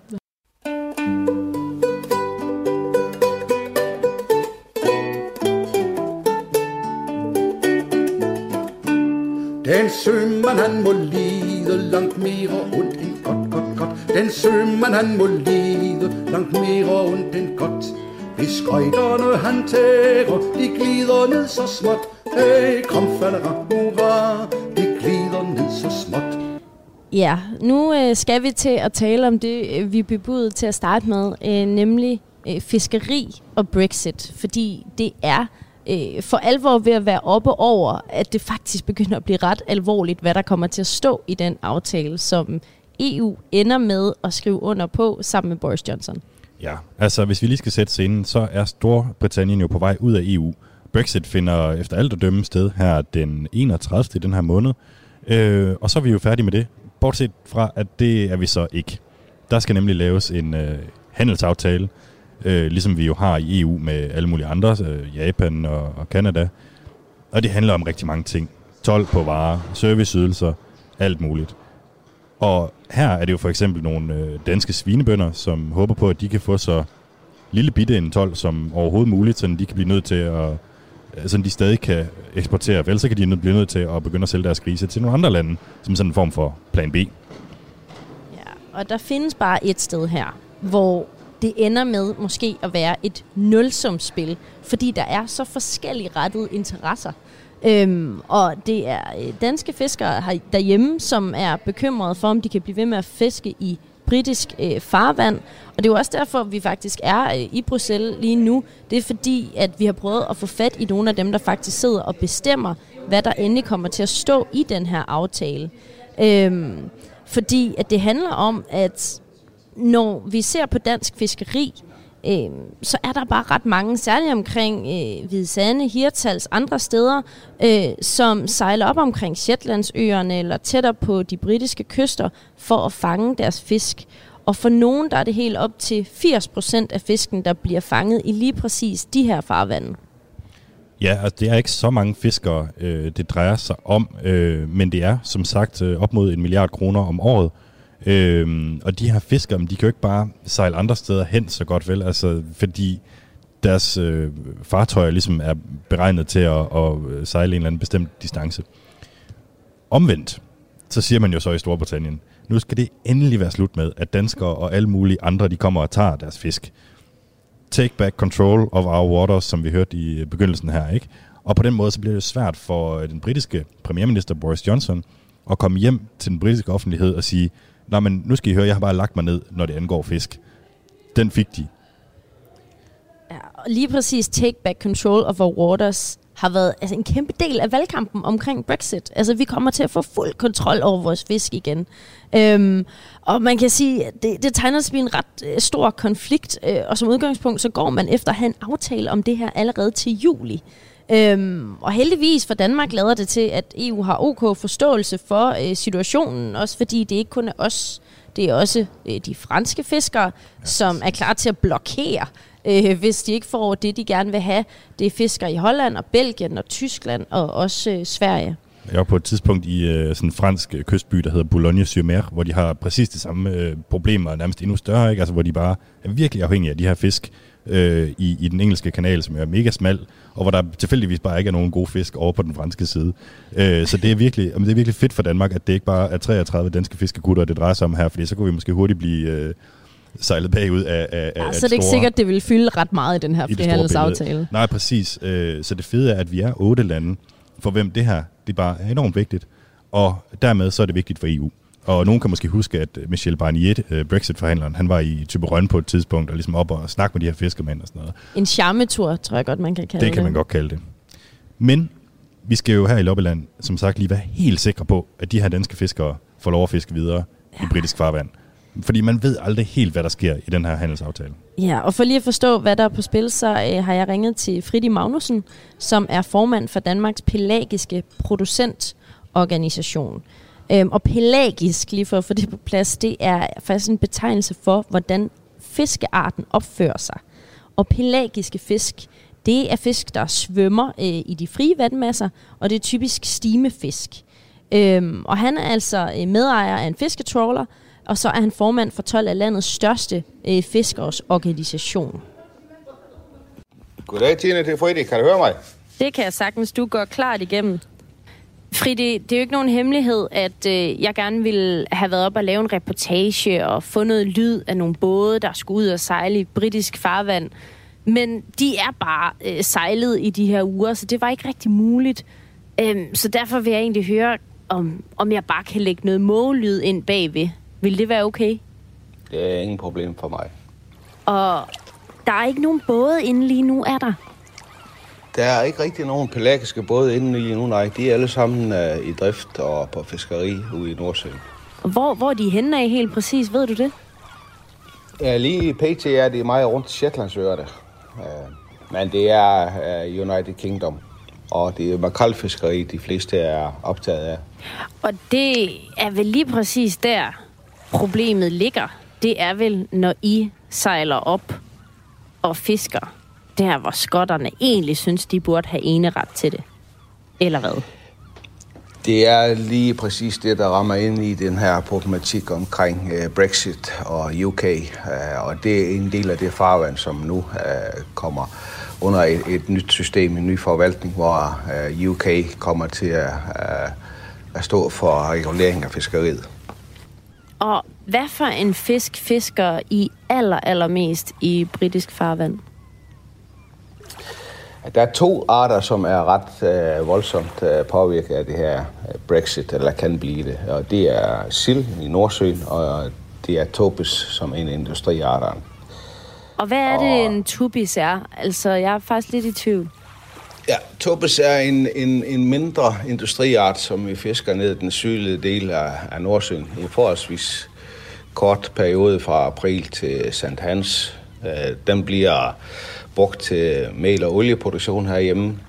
Den sømand han må lide langt mere ondt end godt, godt, godt. Den sømand han må lide langt mere ondt end godt. Hvis skøjterne han tærer, de glider ned så småt. Hey, kom fallera, hurra, de glider ned så småt. Ja, nu øh, skal vi til at tale om det, øh, vi bebudede til at starte med, øh, nemlig øh, fiskeri og Brexit. Fordi det er øh, for alvor ved at være oppe over, at det faktisk begynder at blive ret alvorligt, hvad der kommer til at stå i den aftale, som E U ender med at skrive under på sammen med Boris Johnson. Ja, altså hvis vi lige skal sætte scenen, så er Storbritannien jo på vej ud af E U. Brexit finder efter alt at dømme sted her den enogtredivte i den her måned. Øh, og så er vi jo færdige med det. Bortset fra, at det er vi så ikke. Der skal nemlig laves en øh, handelsaftale, øh, ligesom vi jo har i E U med alle mulige andre, øh, Japan og, og Canada. Og det handler om rigtig mange ting. Told på varer, serviceydelser, alt muligt. Og her er det jo for eksempel nogle øh, danske svinebønder, som håber på, at de kan få så lille bitte en told som overhovedet muligt, så de kan blive nødt til at, så de stadig kan eksportere. Vel, så kan de blive nødt til at begynde at sælge deres grise til nogle andre lande, som sådan en form for plan B. Ja, og der findes bare et sted her, hvor det ender med måske at være et nulsumsspil, fordi der er så forskellige rettede interesser. Øhm, og det er danske fiskere her derhjemme, som er bekymrede for, om de kan blive ved med at fiske i britisk øh, farvand. Og det er jo også derfor, vi faktisk er øh, i Bruxelles lige nu. Det er fordi, at vi har prøvet at få fat i nogle af dem, der faktisk sidder og bestemmer, hvad der endelig kommer til at stå i den her aftale. Øhm, fordi at det handler om, at når vi ser på dansk fiskeri, øh, så er der bare ret mange, særligt omkring øh, Hvide Sande, Hirtshals, andre steder, øh, som sejler op omkring Shetlandsøerne eller tættere på de britiske kyster for at fange deres fisk. Og for nogen, der er det helt op til firs procent af fisken, der bliver fanget i lige præcis de her farvande. Ja, altså det er ikke så mange fiskere, øh, det drejer sig om, øh, men det er som sagt øh, op mod en milliard kroner om året. Øhm, og de her fiskere, de kan jo ikke bare sejle andre steder hen så godt vel, altså fordi deres øh, fartøjer ligesom er beregnet til at, at sejle en eller anden bestemt distance. Omvendt, så siger man jo så i Storbritannien, nu skal det endelig være slut med, at danskere og alle mulige andre, de kommer og tager deres fisk. Take back control of our waters, som vi hørte i begyndelsen her, ikke? Og på den måde, så bliver det svært for den britiske premierminister Boris Johnson at komme hjem til den britiske offentlighed og sige, nå, men nu skal I høre, jeg har bare lagt mig ned, når det angår fisk. Den fik de. Ja, og lige præcis take back control of our waters har været altså, en kæmpe del af valgkampen omkring Brexit. Altså, vi kommer til at få fuld kontrol over vores fisk igen. Øhm, og man kan sige, at det, det tegner sig en ret øh, stor konflikt, øh, og som udgangspunkt, så går man efter at have en aftale om det her allerede til juli. Øhm, og heldigvis for Danmark lader det til, at E U har OK forståelse for øh, situationen, også fordi det ikke kun er os, det er også øh, de franske fiskere, ja, som er klar til at blokere, øh, hvis de ikke får det, de gerne vil have. Det er fiskere i Holland og Belgien og Tyskland og også øh, Sverige. Jeg var på et tidspunkt i øh, sådan en fransk kystby, der hedder Boulogne-sur-Mer, hvor de har præcis de samme øh, problemer, nærmest endnu større, ikke? Altså, hvor de bare er virkelig afhængige af de her fisk øh, i, i den engelske kanal, som er mega smal, og hvor der tilfældigvis bare ikke er nogen gode fisk over på den franske side. Øh, så det er, virkelig, det er virkelig fedt for Danmark, at det ikke bare er treogtredive danske fiskekutter, det drejer sig om her, fordi så kunne vi måske hurtigt blive, øh, sejlet bagud af, af, ja, af så det er ikke store, sikkert, det vil fylde ret meget i den her frihandelsaftale. Nej, præcis. Øh, så det fede er, at vi er otte lande, for hvem det her det bare er enormt vigtigt. Og dermed så er det vigtigt for E U. Og nogen kan måske huske, at Michel Barnier, Brexit-forhandleren, han var i Thyborøn på et tidspunkt, og ligesom op og snakke med de her fiskermænd og sådan noget. En charmetur, tror jeg godt, man kan kalde det. Det kan man godt kalde det. Men vi skal jo her i Lobbyland, som sagt, lige være helt sikre på, at de her danske fiskere får lov at fiske videre ja. i britisk farvand. Fordi man ved aldrig helt, hvad der sker i den her handelsaftale. Ja, og for lige at forstå, hvad der er på spil, så øh, har jeg ringet til Fridi Magnussen, som er formand for Danmarks pelagiske producentorganisation. Øhm, og pelagisk, lige for at få det på plads, det er faktisk en betegnelse for, hvordan fiskearten opfører sig. Og pelagiske fisk, det er fisk, der svømmer øh, i de frie vandmasser, og det er typisk stimefisk. Øhm, og han er altså øh, medejer af en fisketrawler, og så er han formand for tolv af landets største øh, fiskeres organisation. Goddag, Tine. Det er Fridi. Kan du høre mig? Det kan jeg sagtens. Du går klart igennem. Fridi, det er jo ikke nogen hemmelighed, at øh, jeg gerne ville have været op og lave en reportage og få noget lyd af nogle både, der skulle ud og sejle i britisk farvand. Men de er bare øh, sejlet i de her uger, så det var ikke rigtig muligt. Øhm, så derfor vil jeg egentlig høre, om, om jeg bare kan lægge noget mågelyd ind bagved. Vil det være okay? Det er ingen problem for mig. Og der er ikke nogen både inde lige nu, er der? Der er ikke rigtig nogen pelagiske både inde lige nu, nej. De er alle sammen uh, i drift og på fiskeri ude i Nordsøen. Og hvor, hvor er de henne af helt præcis? Ved du det? Ja, lige pt. Er de meget rundt Shetlandsøerne. Uh, men det er uh, United Kingdom. Og det er makrelfiskeri, de fleste er optaget af. Og det er vel lige præcis der, problemet ligger. Det er vel, når I sejler op og fisker, der hvor skotterne egentlig synes, de burde have eneret til det. Eller hvad? Det er lige præcis det, der rammer ind i den her problematik omkring uh, Brexit og U K. Uh, og det er en del af det farvand, som nu uh, kommer under et, et nyt system, en ny forvaltning, hvor uh, U K kommer til at, uh, at stå for regulering af fiskeriet. Og hvad for en fisk fisker I aller, allermest i britisk farvand? Der er to arter, som er ret uh, voldsomt uh, påvirket af det her uh, Brexit, eller kan blive det. Og det er sild i Nordsøen, og det er tobis som en industriarter. Og hvad er det, en tubis er? Altså, jeg er faktisk lidt i tvivl. Ja, tobis er en, en, en mindre industriart, som vi fisker ned i den sydlige del af, af Nordsøen. I forholdsvis kort periode fra april til Sankt Hans. Øh, den bliver brugt til mel- og olieproduktion herhjemme.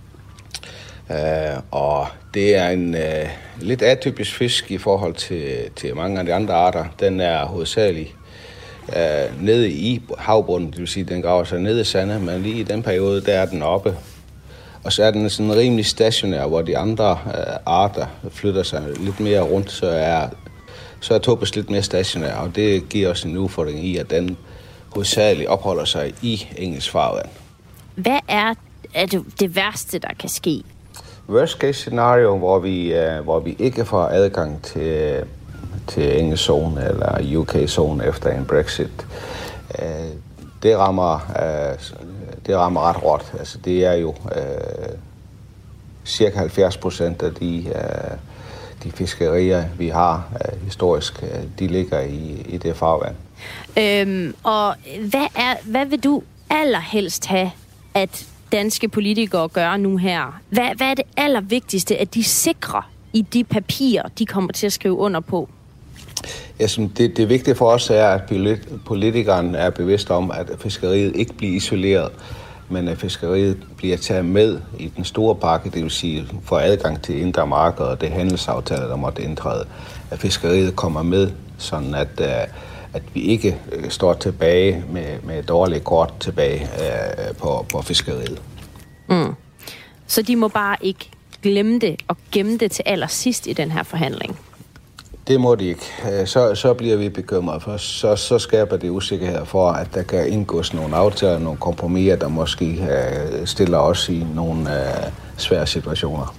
Øh, og det er en øh, lidt atypisk fisk i forhold til, til mange af de andre arter. Den er hovedsageligt Uh, nede i havbunden, det vil sige, at den graver sig ned i sandet, men lige i den periode, der er den oppe. Og så er den sådan rimelig stationær, hvor de andre uh, arter flytter sig lidt mere rundt, så er, så er tobis lidt mere stationær, og det giver os en udfordring i, at den hovedsageligt opholder sig i engelsk farvand. Hvad er, er det, det værste, der kan ske? Worst case scenario, hvor vi, uh, hvor vi ikke får adgang til til engelsk zone eller U K-zone efter en Brexit. Øh, det rammer øh, det rammer ret hårdt. Altså det er jo øh, cirka halvfjerds procent af de øh, de fiskerier vi har øh, historisk, øh, de ligger i i det farvand. Øhm, og hvad er hvad vil du allerhelst have at danske politikere gør nu her? Hvad hvad er det allervigtigste at de sikrer i de papirer de kommer til at skrive under på? Ja, det, det vigtige for os er, at politikerne er bevidste om, at fiskeriet ikke bliver isoleret, men at fiskeriet bliver taget med i den store pakke, det vil sige for adgang til indre marked og det handelsaftaler, der måtte indtræde. At fiskeriet kommer med, sådan at, at vi ikke står tilbage med, med dårlige kort tilbage på, på fiskeriet. Mm. Så de må bare ikke glemme det og gemme det til allersidst i den her forhandling? Det må de ikke. Så, så bliver vi bekymret, for så, så skaber det usikkerhed for, at der kan indgås nogle aftaler, nogle kompromiser, der måske uh, stiller os i nogle uh, svære situationer.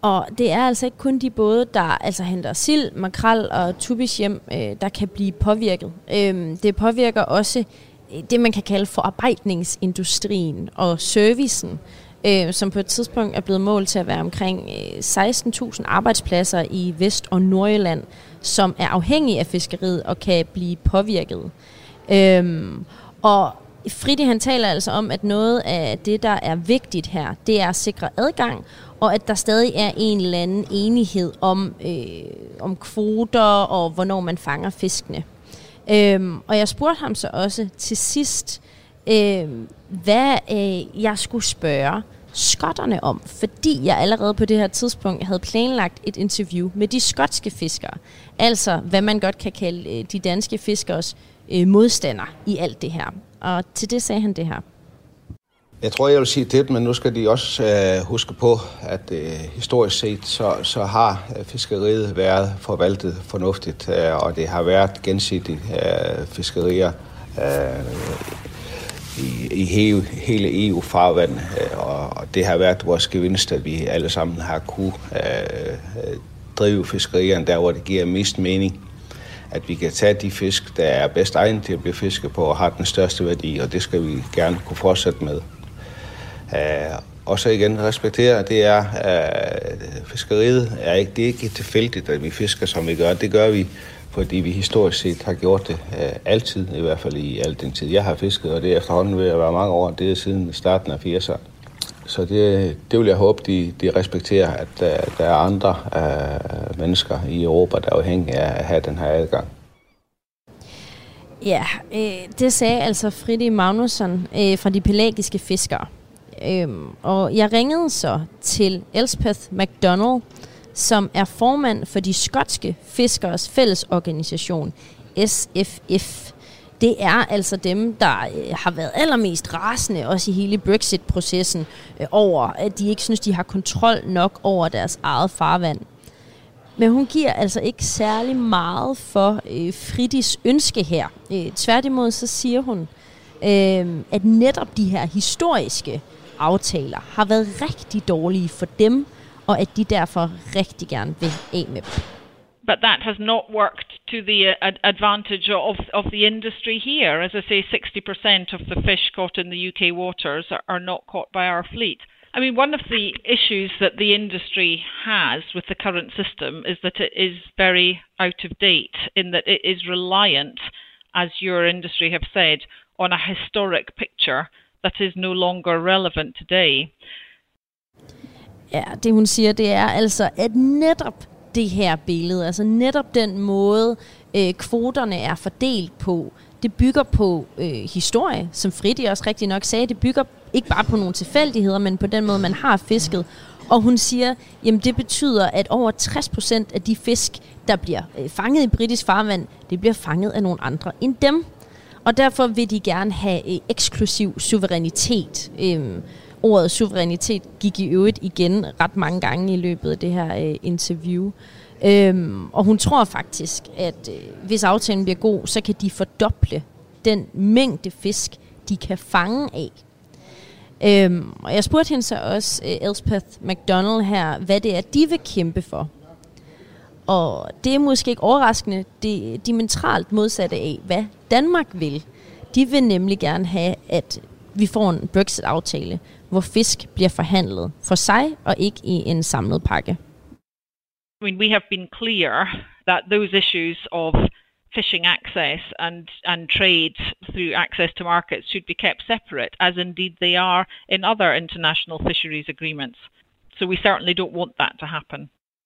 Og det er altså ikke kun de både, der altså henter sild, makrel og tubis hjem, øh, der kan blive påvirket. Øh, det påvirker også det, man kan kalde forarbejdningsindustrien og servicen, øh, som på et tidspunkt er blevet målt til at være omkring øh, seksten tusind arbejdspladser i Vest- og Nordjylland, som er afhængige af fiskeriet og kan blive påvirket. Øh, og Fridi, han taler altså om, at noget af det, der er vigtigt her, det er at sikre adgang, og at der stadig er en eller anden enighed om, øh, om kvoter og hvornår man fanger fiskene. Øhm, og jeg spurgte ham så også til sidst, øh, hvad øh, jeg skulle spørge skotterne om, fordi jeg allerede på det her tidspunkt havde planlagt et interview med de skotske fiskere. Altså, hvad man godt kan kalde øh, de danske fiskeres øh, modstandere i alt det her. Og til det sagde han det her. Jeg tror, jeg vil sige det, men nu skal de også øh, huske på, at øh, historisk set, så, så har fiskeriet været forvaltet fornuftigt, øh, og det har været gensidigt øh, fiskerier øh, i, i hele, hele E U-farvand, øh, og, og det har været vores gevinst, at vi alle sammen har kunne øh, drive fiskerierne der, hvor det giver mest mening. At vi kan tage de fisk, der er bedst egnet til at blive fisket på og har den største værdi, og det skal vi gerne kunne fortsætte med. Uh, og så igen respektere, det er, uh, fiskeriet er ikke, det er ikke tilfældigt, at vi fisker, som vi gør. Det gør vi, fordi vi historisk set har gjort det uh, altid, i hvert fald i al den tid, jeg har fisket, og det er efterhånden ved at være mange år, det er siden starten af firserne. Så det, det vil jeg håbe, de, de respekterer, at uh, der er andre uh, mennesker i Europa, der er afhængige af at have den her adgang. Ja, øh, det sagde altså Fridi Magnusson øh, fra de pelagiske fiskere. Øhm, og jeg ringede så til Elspeth MacDonald, som er formand for de skotske fiskeres fællesorganisation, S F F. Det er altså dem, der øh, har været allermest rasende, også i hele Brexit-processen, øh, over, at de ikke synes, de har kontrol nok over deres eget farvand. Men hun giver altså ikke særlig meget for øh, Fridis ønske her. Øh, tværtimod så siger hun, øh, at netop de her historiske aftaler har været rigtig dårlige for dem, og at de derfor rigtig gerne vil af med dem. But that has not worked to the uh, advantage of, of the industry here. As I say, sixty percent of the fish caught in the U K waters are, are not caught by our fleet. I mean, one of the issues that the industry has with the current system is that it is very out of date in that it is reliant, as your industry have said, on a historic picture that is no longer relevant today. Ja, det hun siger, det er altså, at netop det her billede, altså netop den måde, øh, kvoterne er fordelt på, det bygger på øh, historie, som Fridi også rigtig nok sagde. Det bygger ikke bare på nogle tilfældigheder, men på den måde, man har fisket. Og hun siger, jamen det betyder, at over tres procent af de fisk, der bliver øh, fanget i britisk farvand, det bliver fanget af nogle andre end dem. Og derfor vil de gerne have øh, eksklusiv suverænitet. Øh, ordet suverænitet gik i øvrigt igen ret mange gange i løbet af det her øh, interview. Øhm, og hun tror faktisk, at øh, hvis aftalen bliver god, så kan de fordoble den mængde fisk, de kan fange af. Øhm, og jeg spurgte hende så også, øh, Elspeth MacDonald her, hvad det er, de vil kæmpe for. Og det er måske ikke overraskende, det er diametralt modsatte af, hvad Danmark vil. De vil nemlig gerne have, at vi får en Brexit-aftale, hvor fisk bliver forhandlet for sig og ikke i en samlet pakke. I mean, we have been clear that those issues of fishing access and, and trade through access to markets should be kept separate, as indeed they are in other international fisheries agreements. So we certainly don't want that to happen.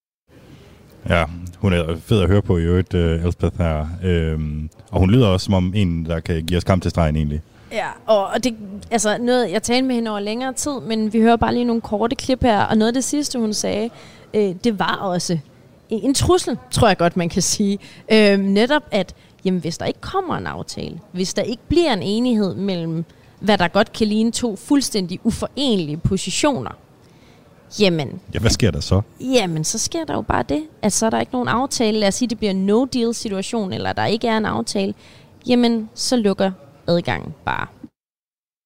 Ja, hun er fed at høre på i øvrigt, uh, Elspeth her. Øhm, og hun lyder også som om en, der kan give os kamp til stregen egentlig. Ja, og det altså noget, jeg talte med hende over længere tid, men vi hører bare lige nogle korte klip her, og noget af det sidste, hun sagde, øh, det var også en trussel, tror jeg godt, man kan sige. Øh, netop at, jamen, hvis der ikke kommer en aftale, hvis der ikke bliver en enighed mellem, hvad der godt kan ligne to fuldstændig uforenelige positioner, jamen... Ja, hvad sker der så? Jamen, så sker der jo bare det, at så er der ikke nogen aftale. Lad os sige, det bliver en no-deal-situation, eller der ikke er en aftale. Jamen, så lukker adgangen bare.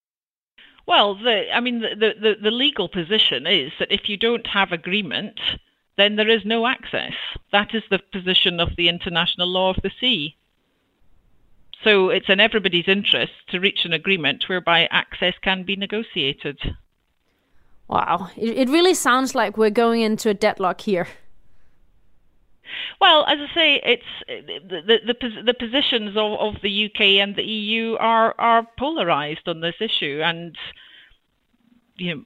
Well, the, I mean, the, the, the legal position is that if you don't have agreement then there is no access. That is the position of the international law of the sea. So it's in everybody's interest to reach an agreement whereby access can be negotiated. Wow. It, it really sounds like we're going into a deadlock here. Well, as I say, it's the the, the, the positions of, of the U K and the E U are, are polarised on this issue, and you know,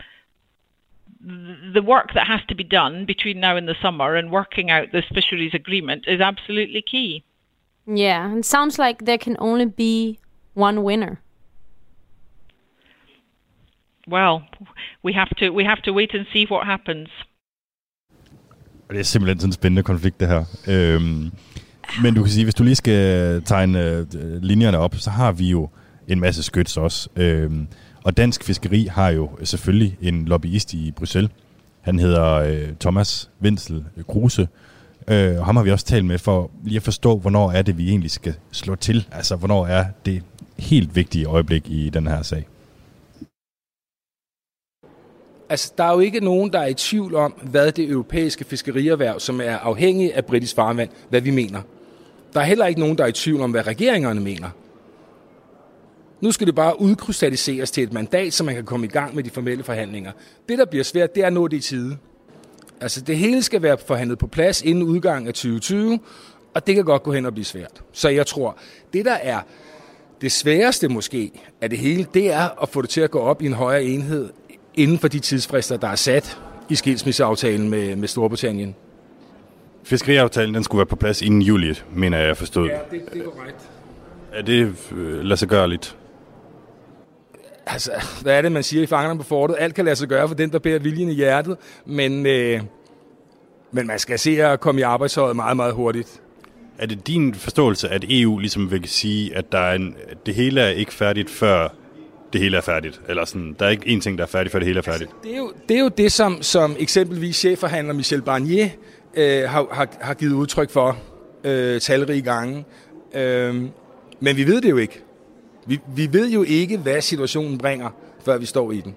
the work that has to be done between now and the summer and working out this fisheries agreement is absolutely key. Yeah, and it sounds like there can only be one winner. Well, we have to we have to wait and see what happens. Det er simpelthen sådan en spændende konflikt, det her. Øhm, men du kan sige, hvis du lige skal tegne øh, linjerne op, så har vi jo en masse skyts også. Øhm, og dansk fiskeri har jo selvfølgelig en lobbyist i Bruxelles. Han hedder øh, Thomas Wenzel Kruse. Øh, og ham har vi også talt med for lige at forstå, hvornår er det, vi egentlig skal slå til. Altså, hvornår er det helt vigtige øjeblik i den her sag. Altså, der er jo ikke nogen, der er i tvivl om, hvad det europæiske fiskerierhverv, som er afhængig af britisk farvand, hvad vi mener. Der er heller ikke nogen, der er i tvivl om, hvad regeringerne mener. Nu skal det bare udkrystalliseres til et mandat, så man kan komme i gang med de formelle forhandlinger. Det, der bliver svært, det er at nå det i tide. Altså, det hele skal være forhandlet på plads inden udgangen af tyve tyve, og det kan godt gå hen og blive svært. Så jeg tror, det der er det sværeste måske af det hele, det er at få det til at gå op i en højere enhed, inden for de tidsfrister, der er sat i skilsmisseaftalen med, med Storbritannien. Fiskeriaftalen, den skulle være på plads inden juli, mener jeg forstod. Ja, det, det er korrekt. Er det øh, lade sig gøre lidt? Altså, hvad er det, man siger i Fangerne på fortet? Alt kan lade sig gøre for den, der bærer viljen i hjertet, men, øh, men man skal se at komme i arbejdshøjet meget, meget hurtigt. Er det din forståelse, at E U ligesom vil sige, at der er en, at det hele er ikke færdigt, før det hele er færdigt? Eller sådan, der er ikke én ting, der er færdigt, før det hele er færdigt? Altså, det, er jo, det er jo det, som, som eksempelvis chefforhandler Michel Barnier øh, har, har, har givet udtryk for øh, talrige gange. Øh, men vi ved det jo ikke. Vi, vi ved jo ikke, hvad situationen bringer, før vi står i den.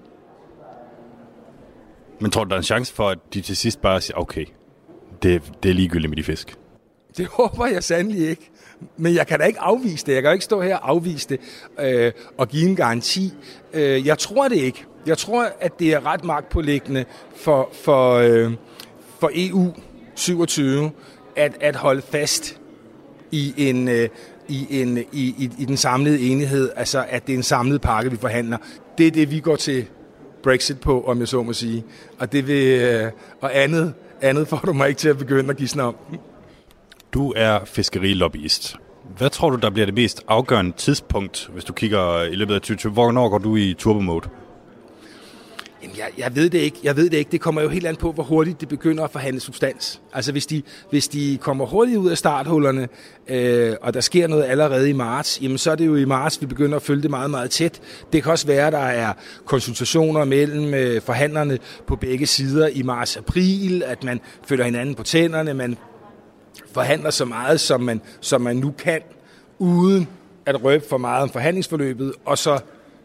Men tror du, der er en chance for, at de til sidst bare siger, okay, det, det er ligegyldigt med de fisk? Det håber jeg sandelig ikke. Men jeg kan da ikke afvise det. Jeg kan jo ikke stå her og afvise det øh, og give en garanti. Øh, jeg tror det ikke. Jeg tror, at det er ret magtpåliggende for, for, øh, for E U syvogtyve at, at holde fast i en... Øh, I, en, i, i, i den samlede enighed, altså at det er en samlet pakke, vi forhandler. Det er det, vi går til Brexit på, om jeg så må sige. Og det vil, øh, og andet, andet får du mig ikke til at begynde at gisne om. Du er fiskerilobbyist. Hvad tror du, der bliver det mest afgørende tidspunkt, hvis du kigger i løbet af tyve tyve? Hvornår går du i turbo-mode? Jamen, jeg, jeg ved det ikke. Jeg ved det ikke. Det kommer jo helt an på, hvor hurtigt det begynder at forhandle substans. Altså, hvis de, hvis de kommer hurtigt ud af starthullerne, øh, og der sker noget allerede i marts, jamen, så er det jo i marts, vi begynder at følge det meget, meget tæt. Det kan også være, at der er konsultationer mellem øh, forhandlerne på begge sider i marts-april, at man følger hinanden på tænderne, man forhandler så meget, som man, som man nu kan, uden at røbe for meget om forhandlingsforløbet, og så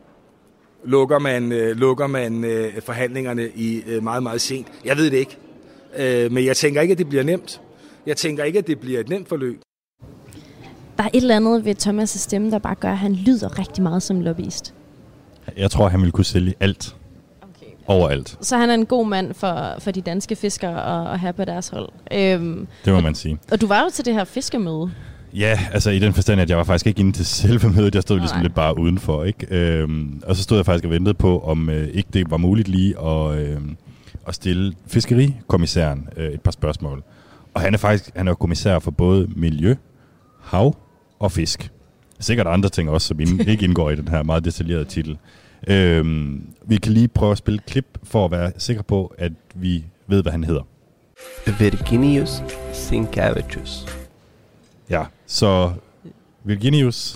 lukker man, øh, lukker man øh, forhandlingerne i øh, meget, meget sent. Jeg ved det ikke. Øh, men jeg tænker ikke, at det bliver nemt. Jeg tænker ikke, at det bliver et nemt forløb. Der er et eller andet ved Thomas' stemme, der bare gør, at han lyder rigtig meget som lobbyist. Jeg tror, han vil kunne sælge alt. Okay. Overalt. Så han er en god mand for, for de danske fiskere at, at have på deres hold. Øhm, det må og, man sige. Og du var jo til det her fiskemøde. Ja, altså i den forstand, at jeg var faktisk ikke inde til selve mødet. Jeg stod ligesom lidt bare udenfor, ikke? Øhm, og så stod jeg faktisk og ventede på, om øh, ikke det var muligt lige at, øh, at stille fiskerikommissæren øh, et par spørgsmål. Og han er faktisk han er kommissær for både miljø, hav og fisk. Sikkert andre ting også, som ikke indgår i den her meget detaljerede titel. Øhm, vi kan lige prøve at spille et klip for at være sikre på, at vi ved, hvad han hedder. Virginius Sinkevicius. Ja, så Virginius,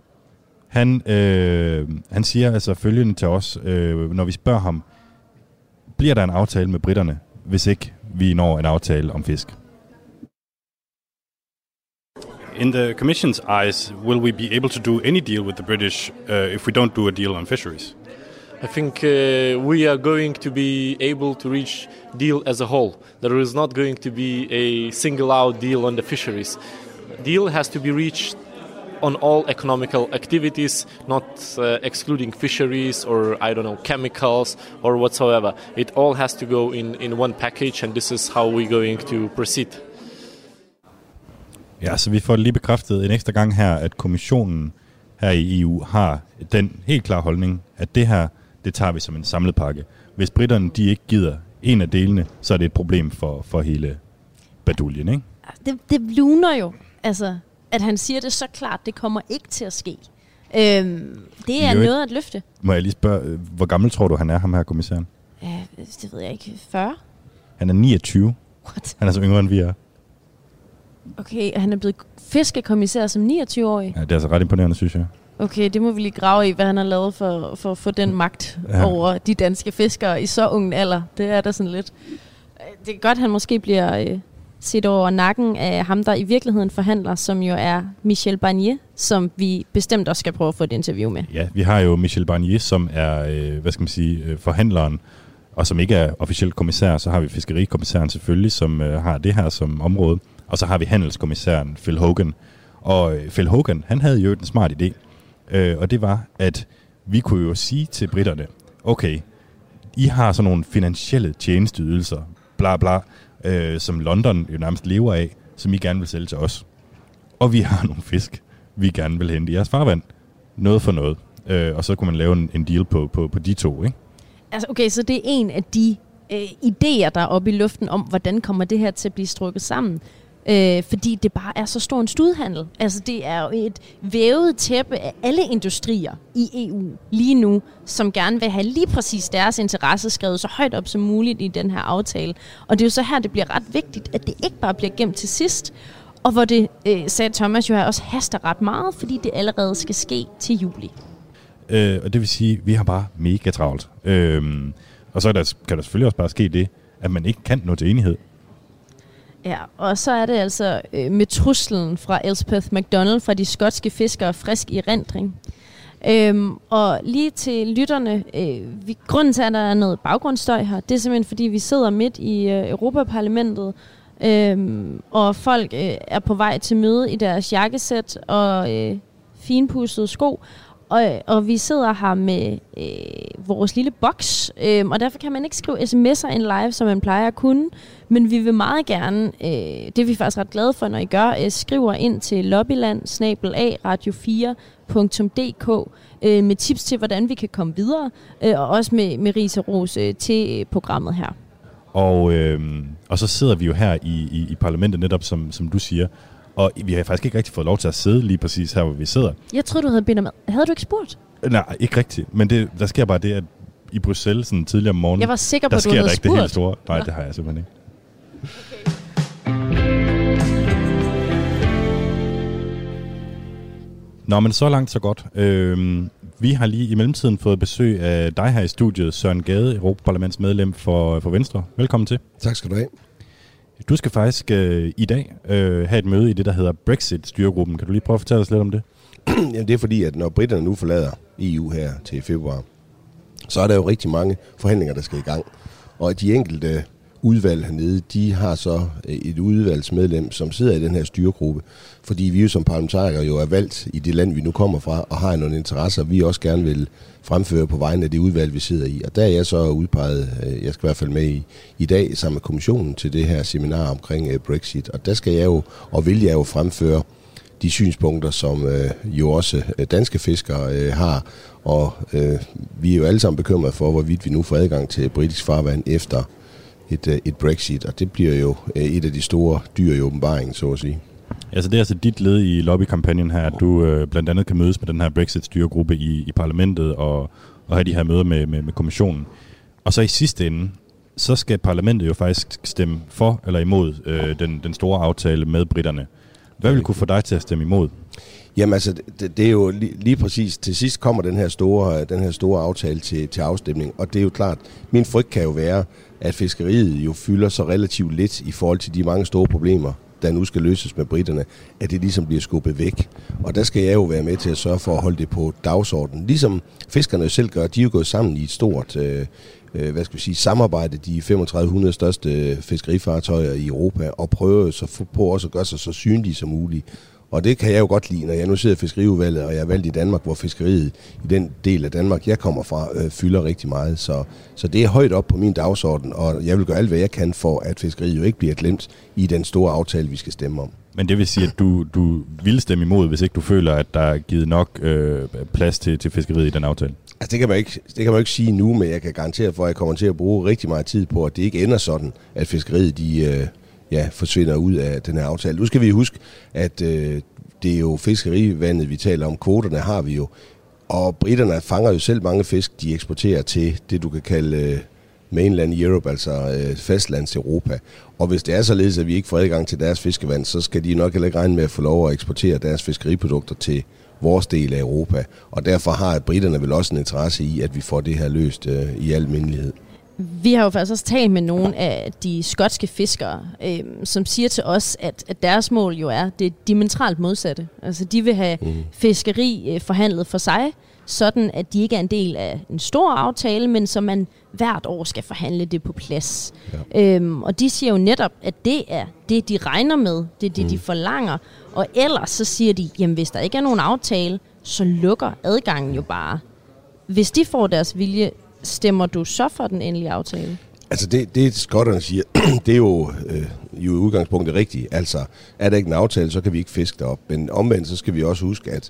han, øh, han siger altså følgende til os, øh, når vi spørger ham, bliver der en aftale med britterne, hvis ikke vi når en aftale om fisk? In the Commission's eyes, will we be able to do any deal with the British uh, if we don't do a deal on fisheries? I think uh, we are going to be able to reach deal as a whole. There is not going to be a single-out deal on the fisheries. Deal has to be reached on all economical activities, not uh, excluding fisheries or, I don't know, chemicals or whatsoever. It all has to go in, in one package, and this is how we're going to proceed. Ja, så vi får lige bekræftet en ekstra gang her, at kommissionen her i E U har den helt klare holdning, at det her, det tager vi som en samlet pakke. Hvis britterne, de ikke gider en af delene, så er det et problem for, for hele baduljen, ikke? Det, det luner jo, altså, at han siger det så klart, det kommer ikke til at ske. Øhm, det er jo noget at løfte. Må jeg lige spørge, hvor gammel tror du, han er, ham her kommissæren? Ja, det ved jeg ikke. fyrre? Han er niogtyve. What? Han er så yngre, end vi er. Okay, han er blevet fiskekommissær som niogtyve-årig? Ja, det er altså ret imponerende, synes jeg. Okay, det må vi lige grave i, hvad han har lavet for, for at få den magt ja. over de danske fiskere i så ung alder. Det er da sådan lidt. Det er godt, at han måske bliver øh, set over nakken af ham, der i virkeligheden forhandler, som jo er Michel Barnier, som vi bestemt også skal prøve at få et interview med. Ja, vi har jo Michel Barnier, som er, øh, hvad skal man sige, øh, forhandleren, og som ikke er officielt kommissær. Så har vi fiskerikommissæren selvfølgelig, som øh, har det her som område. Og så har vi handelskommissæren Phil Hogan. Og øh, Phil Hogan, han havde jo en smart idé. Øh, og det var, at vi kunne jo sige til britterne, okay, I har sådan nogle finansielle tjenesteydelser, bla bla, øh, som London jo nærmest lever af, som I gerne vil sælge til os. Og vi har nogle fisk, vi gerne vil hente i jeres farvand. Noget for noget. Øh, og så kunne man lave en, en deal på, på, på de to, ikke? Altså okay, så det er en af de øh, idéer, der er oppe i luften om, hvordan kommer det her til at blive strukket sammen. Øh, fordi det bare er så stor en studhandel. Altså det er jo et vævet tæppe af alle industrier i E U lige nu, som gerne vil have lige præcis deres interesse skrevet så højt op som muligt i den her aftale. Og det er jo så her, det bliver ret vigtigt, at det ikke bare bliver gemt til sidst, og hvor det, øh, sagde Thomas jo her, også haster ret meget, fordi det allerede skal ske til juli. Øh, og det vil sige, at vi har bare mega travlt. Øh, og så der, kan der selvfølgelig også bare ske det, at man ikke kan nå til enighed. Ja, og så er det altså øh, med truslen fra Elspeth MacDonald fra de skotske fiskere frisk i erindring. Øhm, og lige til lytterne, øh, vi, grunden til, at der er noget baggrundsstøj her, det er simpelthen fordi, vi sidder midt i øh, Europaparlamentet, øh, og folk øh, er på vej til møde i deres jakkesæt og øh, finpudsede sko. Og, og vi sidder her med øh, vores lille boks, øh, og derfor kan man ikke skrive sms'er ind live, som man plejer at kunne. Men vi vil meget gerne, øh, det er vi faktisk ret glade for, når I gør, øh, skriver ind til lobbyland snabel-a radio fire punktum d k øh, med tips til, hvordan vi kan komme videre, øh, og også med, med ris og ros øh, til øh, programmet her. Og, øh, og så sidder vi jo her i, i, i parlamentet netop, som, som du siger, og vi har faktisk ikke rigtig fået lov til at sidde lige præcis her, hvor vi sidder. Jeg troede, du havde bedt om. Havde du ikke spurgt? Nej, ikke rigtigt. Men det, der sker bare det, at i Bruxelles sådan tidligere om morgenen, jeg var sikker på, der at du sker havde der ikke spurgt. Det helt store. Nej, Nå. det har jeg simpelthen ikke. Okay. Nå, men så langt, så godt. Øhm, vi har lige i mellemtiden fået besøg af dig her i studiet, Søren Gade, Europaparlamentsmedlem for, for Venstre. Velkommen til. Tak skal du have. Du skal faktisk øh, i dag øh, have et møde i det, der hedder Brexit-styregruppen. Kan du lige prøve at fortælle os lidt om det? Jamen, det er fordi, at når britterne nu forlader E U her til februar, så er der jo rigtig mange forhandlinger, der skal i gang. Og de enkelte udvalg hernede, de har så et udvalgsmedlem, som sidder i den her styregruppe, fordi vi jo som parlamentarikere jo er valgt i det land, vi nu kommer fra, og har nogle interesser, vi også gerne vil fremføre på vegne af det udvalg, vi sidder i. Og der er jeg så udpeget, jeg skal i hvert fald med i, i dag sammen med kommissionen til det her seminar omkring Brexit, og der skal jeg jo, og vil jeg jo fremføre de synspunkter, som øh, jo også danske fiskere øh, har, og øh, vi er jo alle sammen bekymrede for, hvorvidt vi nu får adgang til britisk farvand efter et, et Brexit, og det bliver jo et af de store dyr i åbenbaringen, så at sige. Altså det er altså dit led i lobbykampagnen her, at du øh, blandt andet kan mødes med den her Brexit-styregruppe i, i parlamentet og, og have de her møder med, med, med kommissionen. Og så i sidste ende, så skal parlamentet jo faktisk stemme for eller imod øh, den, den store aftale med britterne. Hvad vil kunne få dig til at stemme imod? Jamen altså, det, det er jo lige, lige præcis, til sidst kommer den her store, den her store aftale til, til afstemning, og det er jo klart, min frygt kan jo være, at fiskeriet jo fylder så relativt lidt i forhold til de mange store problemer, der nu skal løses med britterne, at det ligesom bliver skubbet væk. Og der skal jeg jo være med til at sørge for at holde det på dagsordenen. Ligesom fiskerne selv gør, de er jo gået sammen i et stort øh, øh, hvad skal vi sige, samarbejde, de femogtredive hundrede største fiskerifartøjer i Europa, og prøver så på også at gøre sig så synlige som muligt. Og det kan jeg jo godt lide, når jeg nu sidder i fiskeriudvalget, og jeg er valgt i Danmark, hvor fiskeriet i den del af Danmark, jeg kommer fra, øh, fylder rigtig meget. Så, så det er højt op på min dagsorden, og jeg vil gøre alt, hvad jeg kan for, at fiskeriet jo ikke bliver glemt i den store aftale, vi skal stemme om. Men det vil sige, at du, du vil stemme imod, hvis ikke du føler, at der er givet nok øh, plads til, til fiskeriet i den aftale? Altså det kan, man ikke, det kan man jo ikke sige nu, men jeg kan garantere for, at jeg kommer til at bruge rigtig meget tid på, at det ikke ender sådan, at fiskeriet de... Øh, ja, forsvinder ud af den her aftale. Nu skal vi huske, at øh, det er jo fiskerivandet, vi taler om. Kvoterne har vi jo. Og britterne fanger jo selv mange fisk, de eksporterer til det, du kan kalde øh, mainland Europe, altså øh, fastlands Europa. Og hvis det er således, at vi ikke får adgang til deres fiskevand, så skal de nok heller ikke regne med at få lov at eksportere deres fiskeriprodukter til vores del af Europa. Og derfor har britterne vel også en interesse i, at vi får det her løst øh, i al mindelighed. Vi har jo faktisk også talt med nogle af de skotske fiskere, øh, som siger til os, at, at deres mål jo er det diametralt modsatte. Altså de vil have mm. fiskeri øh, forhandlet for sig, sådan at de ikke er en del af en stor aftale, men så man hvert år skal forhandle det på plads. Ja. Øhm, og de siger jo netop, at det er det, de regner med, det er det, mm. de forlanger. Og ellers så siger de, jamen hvis der ikke er nogen aftale, så lukker adgangen jo bare. Hvis de får deres vilje, stemmer du så for den endelige aftale? Altså det, det skotterne siger, det er jo, øh, jo i udgangspunktet rigtigt. Altså er der ikke en aftale, så kan vi ikke fiske derop. Men omvendt, så skal vi også huske, at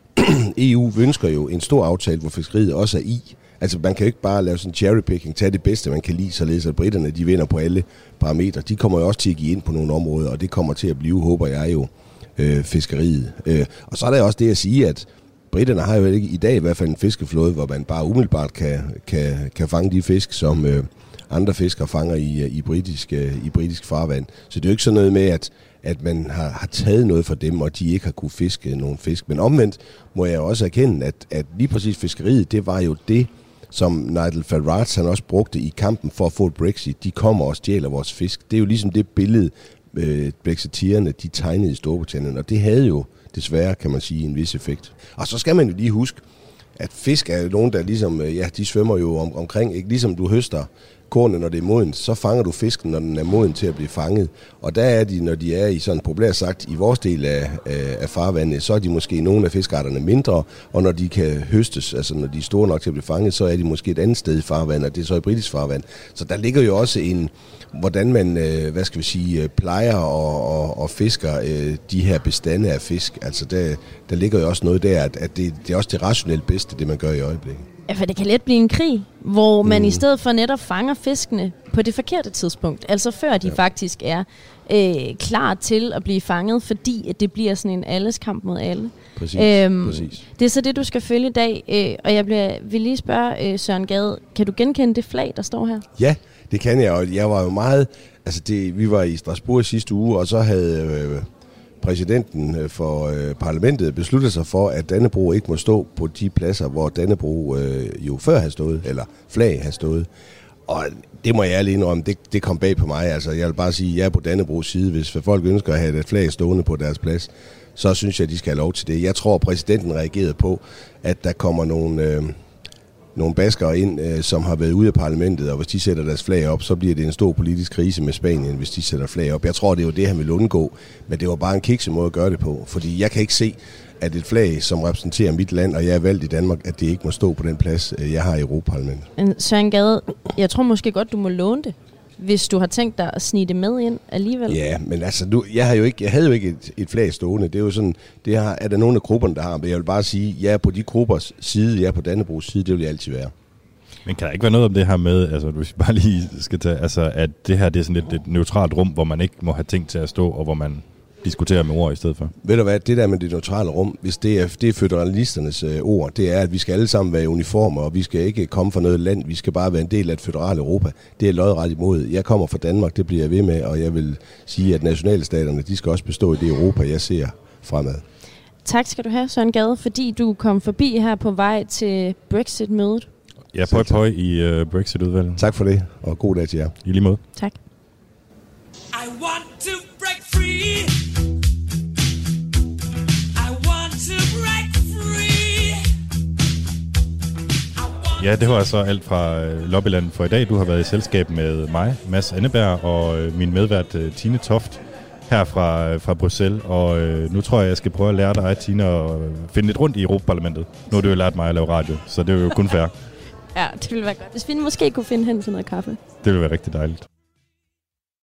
E U ønsker jo en stor aftale, hvor fiskeriet også er i. Altså man kan jo ikke bare lave sådan cherrypicking, tage det bedste, man kan lide, således at britterne de vinder på alle parametre. De kommer jo også til at give ind på nogle områder, og det kommer til at blive, håber jeg jo, øh, fiskeriet. Øh, og så er der også det at sige, at britterne har jo ikke i dag i hvert fald en fiskeflåde, hvor man bare umiddelbart kan, kan, kan fange de fisk, som øh, andre fiskere fanger i, i, britisk, øh, i britisk farvand. Så det er jo ikke sådan noget med, at, at man har, har taget noget fra dem, og de ikke har kunne fiske nogen fisk. Men omvendt må jeg også erkende, at, at lige præcis fiskeriet, det var jo det, som Nigel Farage han også brugte i kampen for at få et Brexit. De kommer og stjæler vores fisk. Det er jo ligesom det billede, øh, brexitierne de tegnede i Storbritannien, og det havde jo desværre, kan man sige, en vis effekt. Og så skal man jo lige huske, at fisk er jo nogen, der ligesom, ja, de svømmer jo om, omkring, ikke? Ligesom du høster kornet, når det er moden, så fanger du fisken, når den er moden til at blive fanget. Og der er de, når de er i sådan populært sagt, i vores del af, af, af farvandet, så er de måske nogle af fiskearterne mindre, og når de kan høstes, altså når de er store nok til at blive fanget, så er de måske et andet sted i farvandet, og det er så i britisk farvand. Så der ligger jo også en, hvordan man, hvad skal vi sige, plejer og, og, og fisker de her bestande af fisk. Altså der, der ligger jo også noget der, at, at det, det er også det rationelt bedste, det man gør i øjeblikket. Ja, for det kan let blive en krig, hvor man mm. i stedet for netop fanger fiskene på det forkerte tidspunkt, altså før de ja. faktisk er øh, klar til at blive fanget, fordi at det bliver sådan en alleskamp mod alle. Præcis, øhm, præcis. Det er så det, du skal følge i dag, øh, og jeg bliver, vil lige spørge øh, Søren Gade, kan du genkende det flag, der står her? Ja, det kan jeg, og jeg var jo meget, altså det, vi var i Strasbourg sidste uge, og så havde øh, præsidenten for øh, parlamentet besluttede sig for, at Dannebrog ikke må stå på de pladser, hvor Dannebrog øh, jo før havde stået, eller flag havde stået. Og det må jeg ærligt indrømme, det, det kom bag på mig. Altså, jeg vil bare sige, at jeg er på Dannebrogs side. Hvis folk ønsker at have et flag stående på deres plads, så synes jeg, at de skal have lov til det. Jeg tror, at præsidenten reagerede på, at der kommer nogle, øh, nogle baskere ind, øh, som har været ude af parlamentet, og hvis de sætter deres flag op, så bliver det en stor politisk krise med Spanien, hvis de sætter flag op. Jeg tror, det er jo det, han vil undgå, men det var bare en kikse måde at gøre det på, fordi jeg kan ikke se, at et flag, som repræsenterer mit land, og jeg er valgt i Danmark, at det ikke må stå på den plads, jeg har i Europaparlamentet. Søren Gade, jeg tror måske godt, du må låne det, hvis du har tænkt dig at snige det med ind alligevel. Ja, men altså, nu, jeg, har jo ikke, jeg havde jo ikke et, et flag stående. Det er jo sådan, det har, er der nogle af grupperne, der har, men jeg vil bare sige, jeg er på de gruppers side, jeg er på Dannebrogs side, det vil jeg altid være. Men kan der ikke være noget om det her med, altså hvis vi bare lige skal tage, altså at det her det er sådan et, et neutralt rum, hvor man ikke må have ting til at stå, og hvor man diskutere med ord i stedet for. Ved du hvad, det der med det neutrale rum, hvis det er, det er føderalisternes øh, ord, det er, at vi skal alle sammen være i uniformer, og vi skal ikke komme fra noget land, vi skal bare være en del af et føderalt Europa. Det er lodret imod. Jeg kommer fra Danmark, det bliver jeg ved med, og jeg vil sige, at nationalstaterne, de skal også bestå i det Europa, jeg ser fremad. Tak skal du have, Søren Gade, fordi du kom forbi her på vej til Brexit-mødet. Ja, pøj pøj i uh, Brexit-udvalget. Tak for det, og god dag til jer. I lige måde. Tak. I want to break free. I want to break free. Ja, det var så alt fra Lobbyland for i dag. Du har været i selskab med mig, Mads Anneberg, og min medvært Tine Toft her fra, fra Bruxelles. Og øh, nu tror jeg, jeg skal prøve at lære dig, Tine, at finde lidt rundt i Europaparlamentet. Nu har du jo lært mig at lave radio, så det er jo kun fair. Ja, det ville være godt. Hvis vi måske kunne finde hen til noget kaffe. Det ville være rigtig dejligt.